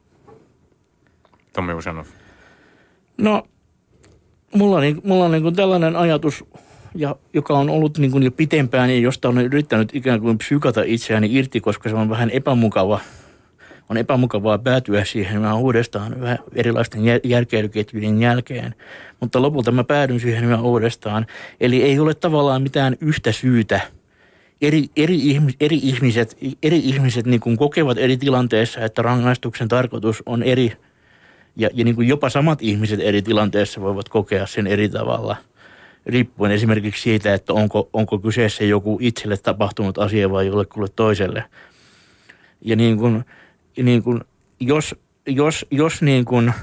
Tommi Usanov. No, mulla on, mulla on niin kuin tällainen ajatus, ja joka on ollut niin kuin jo pitempään ja josta olen yrittänyt ikään kuin psykata itseäni irti, koska se on vähän epämukava. On epämukavaa päätyä siihen vähän uudestaan vähän erilaisten järkeilyketjujen jälkeen, mutta lopulta mä päädyn siihen vähän uudestaan. Eli ei ole tavallaan mitään yhtä syytä. Eri, eri, ihmis, eri ihmiset, eri ihmiset niin kuin kokevat eri tilanteissa, että rangaistuksen tarkoitus on eri. Ja, ja niin kuin jopa samat ihmiset eri tilanteissa voivat kokea sen eri tavalla, riippuen esimerkiksi siitä, että onko, onko kyseessä joku itselle tapahtunut asia vai jollekulle toiselle. Ja niin kuin, ja niin kuin jos, jos, jos niin kuin...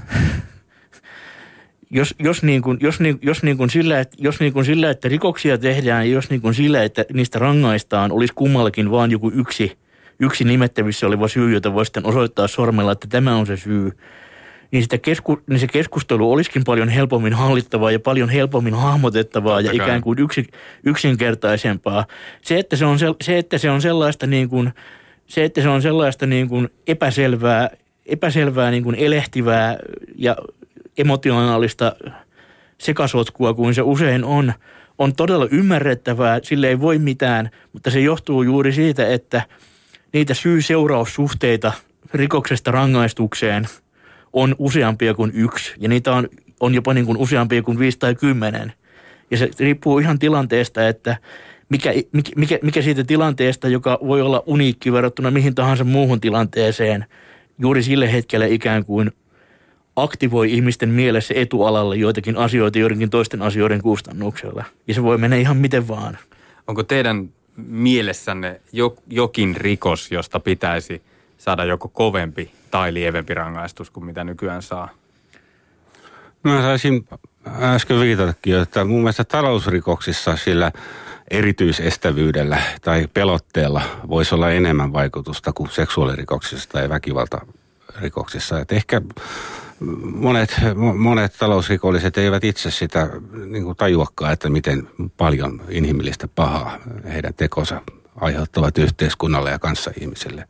Jos, jos, niin kuin, jos, niin, jos, niin kuin sillä, että, jos niin kuin sillä, että rikoksia tehdään ja jos niin kuin sillä, että niistä rangaistaan, olisi kummallakin vaan joku yksi, yksi nimettävissä oleva syy, jota voi sitten osoittaa sormella, että tämä on se syy, niin, sitä kesku, niin se keskustelu olisikin paljon helpommin hallittavaa ja paljon helpommin hahmotettavaa Totta ja kai. ikään kuin yksi, yksinkertaisempaa. Se, että se on, se, että se on sellaista, niin kuin, se, että se on sellaista niin kuin epäselvää, epäselvää niin kuin elehtivää ja emotionaalista sekasotkua kuin se usein on, on todella ymmärrettävää, sille ei voi mitään, mutta se johtuu juuri siitä, että niitä syy-seuraussuhteita rikoksesta rangaistukseen on useampia kuin yksi ja niitä on, on jopa niin kuin useampia kuin viisi tai kymmenen. Ja se riippuu ihan tilanteesta, että mikä, mikä, mikä siitä tilanteesta, joka voi olla uniikki verrattuna mihin tahansa muuhun tilanteeseen, juuri sille hetkelle ikään kuin aktivoi ihmisten mielessä etualalle joitakin asioita joidenkin toisten asioiden kustannuksella. Ja se voi mennä ihan miten vaan. Onko teidän mielessänne jokin rikos, josta pitäisi saada joko kovempi tai lievempi rangaistus kuin mitä nykyään saa? Mä saisin äsken viitatakin, että mun mielestä talousrikoksissa sillä erityisestävyydellä tai pelotteella voisi olla enemmän vaikutusta kuin seksuaalirikoksissa tai väkivaltarikoksissa. Että ehkä monet, monet talousrikolliset eivät itse sitä niin kuin tajuakaan, että miten paljon inhimillistä pahaa heidän tekonsa aiheuttavat yhteiskunnalle ja kanssaihmisille.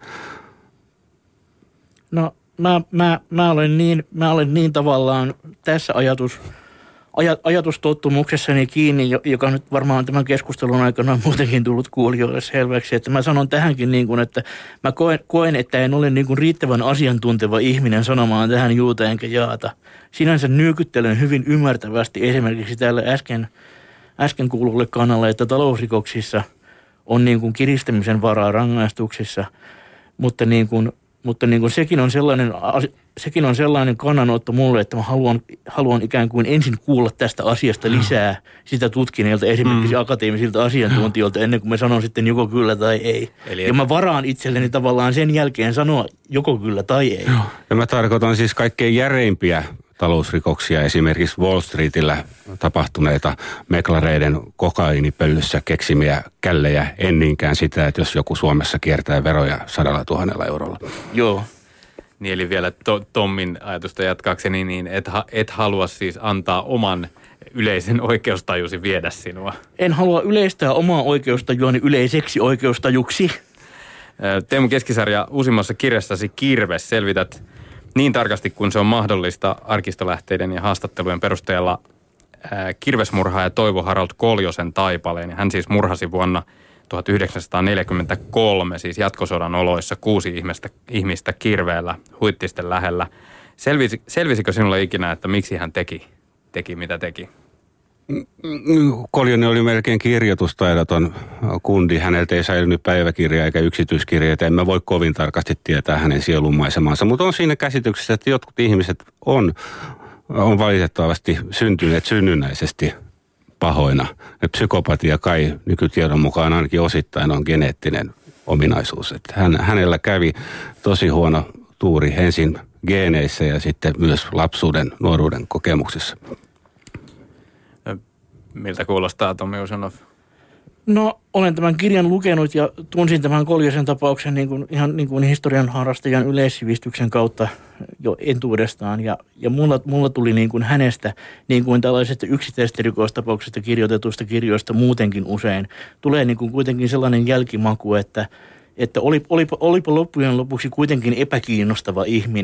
No mä, mä, mä, olen niin, mä olen niin tavallaan tässä ajatus, aj, ajatustottumuksessani kiinni, joka nyt varmaan tämän keskustelun aikana on muutenkin tullut kuulijoille selväksi, että mä sanon tähänkin niin kuin, että mä koen, koen että en ole niin kuin riittävän asiantunteva ihminen sanomaan tähän juuta enkä jaata. Sinänsä nykyttelen hyvin ymmärtävästi esimerkiksi täällä äsken, äsken kuululle kannalle, että talousrikoksissa on niin kuin kiristämisen varaa rangaistuksissa, mutta niin kuin Mutta niin kuin sekin, on sellainen, sekin on sellainen kannanotto mulle, että mä haluan, haluan ikään kuin ensin kuulla tästä asiasta lisää sitä tutkineilta, esimerkiksi mm. akateemisilta asiantuntijoilta, ennen kuin mä sanon sitten joko kyllä tai ei. Eli ja mä varaan itselleni tavallaan sen jälkeen sanoa joko kyllä tai ei. Ja mä tarkoitan siis kaikkein järeimpiä talousrikoksia, esimerkiksi Wall Streetillä tapahtuneita meklareiden kokainipöllyssä keksimiä källejä, en niinkään sitä, että jos joku Suomessa kiertää veroja sadalla tuhannella eurolla. Joo. Niin eli vielä to, Tommin ajatusta jatkaakseni, niin et, et halua siis antaa oman yleisen oikeustajusi viedä sinua. En halua yleistää omaa oikeustajuani yleiseksi oikeustajuksi. Teemu Keskisarja, uusimmassa kirjassasi Kirves selvität niin tarkasti kuin se on mahdollista arkistolähteiden ja haastattelujen perusteella ää, kirvesmurhaaja Toivo Harald Koljosen taipaleen. Hän siis murhasi vuonna tuhatyhdeksänsataaneljäkymmentäkolme, siis jatkosodan oloissa, kuusi ihmistä, ihmistä kirveellä Huittisten lähellä. Selvisi, selvisikö sinulle ikinä, että miksi hän teki, teki mitä teki? Koljonen oli melkein kirjoitustaidoton kundi. Häneltä ei säilynyt päiväkirjaa eikä yksityiskirjeitä. En mä voi kovin tarkasti tietää hänen sielunmaisemansa. Mutta on siinä käsityksessä, että jotkut ihmiset on, on valitettavasti syntyneet synnynnäisesti pahoina. Ja psykopatia kai nykytiedon mukaan ainakin osittain on geneettinen ominaisuus. Että hän, hänellä kävi tosi huono tuuri ensin geeneissä ja sitten myös lapsuuden, nuoruuden kokemuksissa. Miltä kuulostaa, Tommi Usunov? No, olen tämän kirjan lukenut ja tunsin tämän Koljosen tapauksen niin kuin, ihan niin kuin historian harrastajan yleissivistyksen kautta jo entuudestaan. Ja, ja mulla, mulla tuli niin kuin hänestä, niin kuin tällaisesta yksittäisestä rikostapauksesta kirjoitetusta kirjoista muutenkin usein, tulee niin kuin kuitenkin sellainen jälkimaku, että, että oli, olipa, olipa loppujen lopuksi kuitenkin epäkiinnostava ihminen.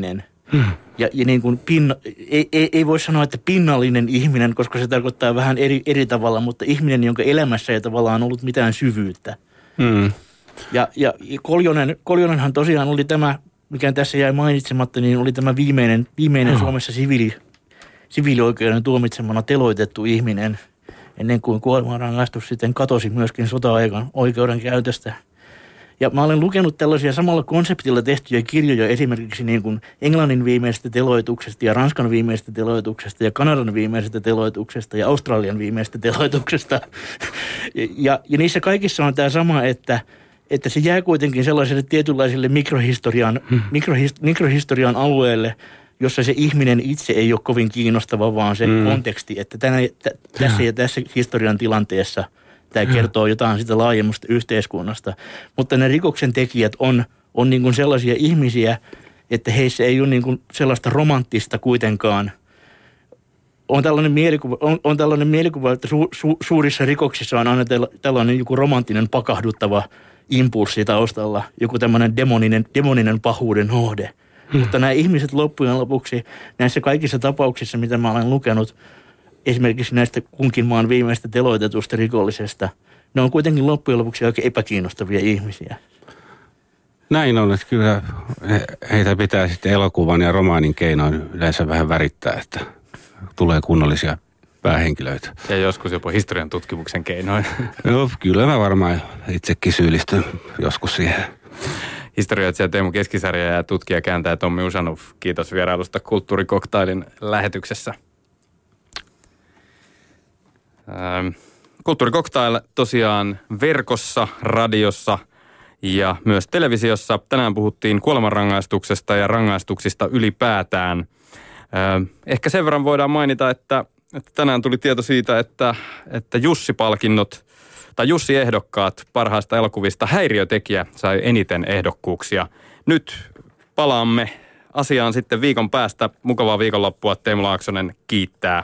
Hmm. Ja, ja niin kuin pinna, ei, ei, ei voi sanoa, että pinnallinen ihminen, koska se tarkoittaa vähän eri, eri tavalla, mutta ihminen, jonka elämässä ei tavallaan ollut mitään syvyyttä. Hmm. Ja, ja Koljonen, Koljonenhan tosiaan oli tämä, mikä tässä jäi mainitsematta, niin oli tämä viimeinen, viimeinen hmm. Suomessa siviili, siviilioikeuden tuomitsemana teloitettu ihminen, ennen kuin kuolemanrangaistus sitten katosi myöskin sota-aikan oikeuden käytöstä. Ja mä olen lukenut tällaisia samalla konseptilla tehtyjä kirjoja esimerkiksi niin kuin Englannin viimeisestä teloituksesta ja Ranskan viimeisestä teloituksesta ja Kanadan viimeisestä teloituksesta ja Australian viimeisestä teloituksesta. Ja, ja niissä kaikissa on tämä sama, että, että se jää kuitenkin sellaiselle tietynlaiselle mikrohistorian, hmm. mikrohist, mikrohistorian alueelle, jossa se ihminen itse ei ole kovin kiinnostava, vaan se hmm. konteksti, että tänä, t- tässä ja tässä historian tilanteessa tämä kertoo jotain sitä laajemmasta yhteiskunnasta. Mutta ne rikoksen tekijät on, on niin kuin sellaisia ihmisiä, että heissä ei ole niin kuin sellaista romanttista kuitenkaan. On tällainen mielikuva, on, on tällainen mielikuva että su, su, suurissa rikoksissa on aina tällainen joku romanttinen pakahduttava impulssi taustalla, joku tämmöinen demoninen, demoninen pahuuden hohde. Hmm. Mutta nämä ihmiset loppujen lopuksi näissä kaikissa tapauksissa, mitä mä olen lukenut, esimerkiksi näistä kunkin maan viimeistä teloitetusta rikollisesta, ne on kuitenkin loppujen lopuksi aika epäkiinnostavia ihmisiä. Näin on, että kyllä heitä pitää sitten elokuvan ja romaanin keinoin yleensä vähän värittää, että tulee kunnollisia päähenkilöitä. Ja joskus jopa historian tutkimuksen keinoin. No kyllä mä varmaan itsekin syyllistyn joskus siihen. Historioitsija Teemu Keskisarja ja tutkija kääntäjä Tommi Usanov, kiitos vierailusta Kulttuurikoktailin lähetyksessä. Kulttuurikoktail tosiaan verkossa, radiossa ja myös televisiossa. Tänään puhuttiin kuolemanrangaistuksesta ja rangaistuksista ylipäätään. Ehkä sen verran voidaan mainita, että, että tänään tuli tieto siitä, että, että Jussi-palkinnot tai Jussi-ehdokkaat parhaista elokuvista Häiriötekijä sai eniten ehdokkuuksia. Nyt palaamme asiaan sitten viikon päästä. Mukavaa viikonloppua. Teemu Laaksonen kiittää.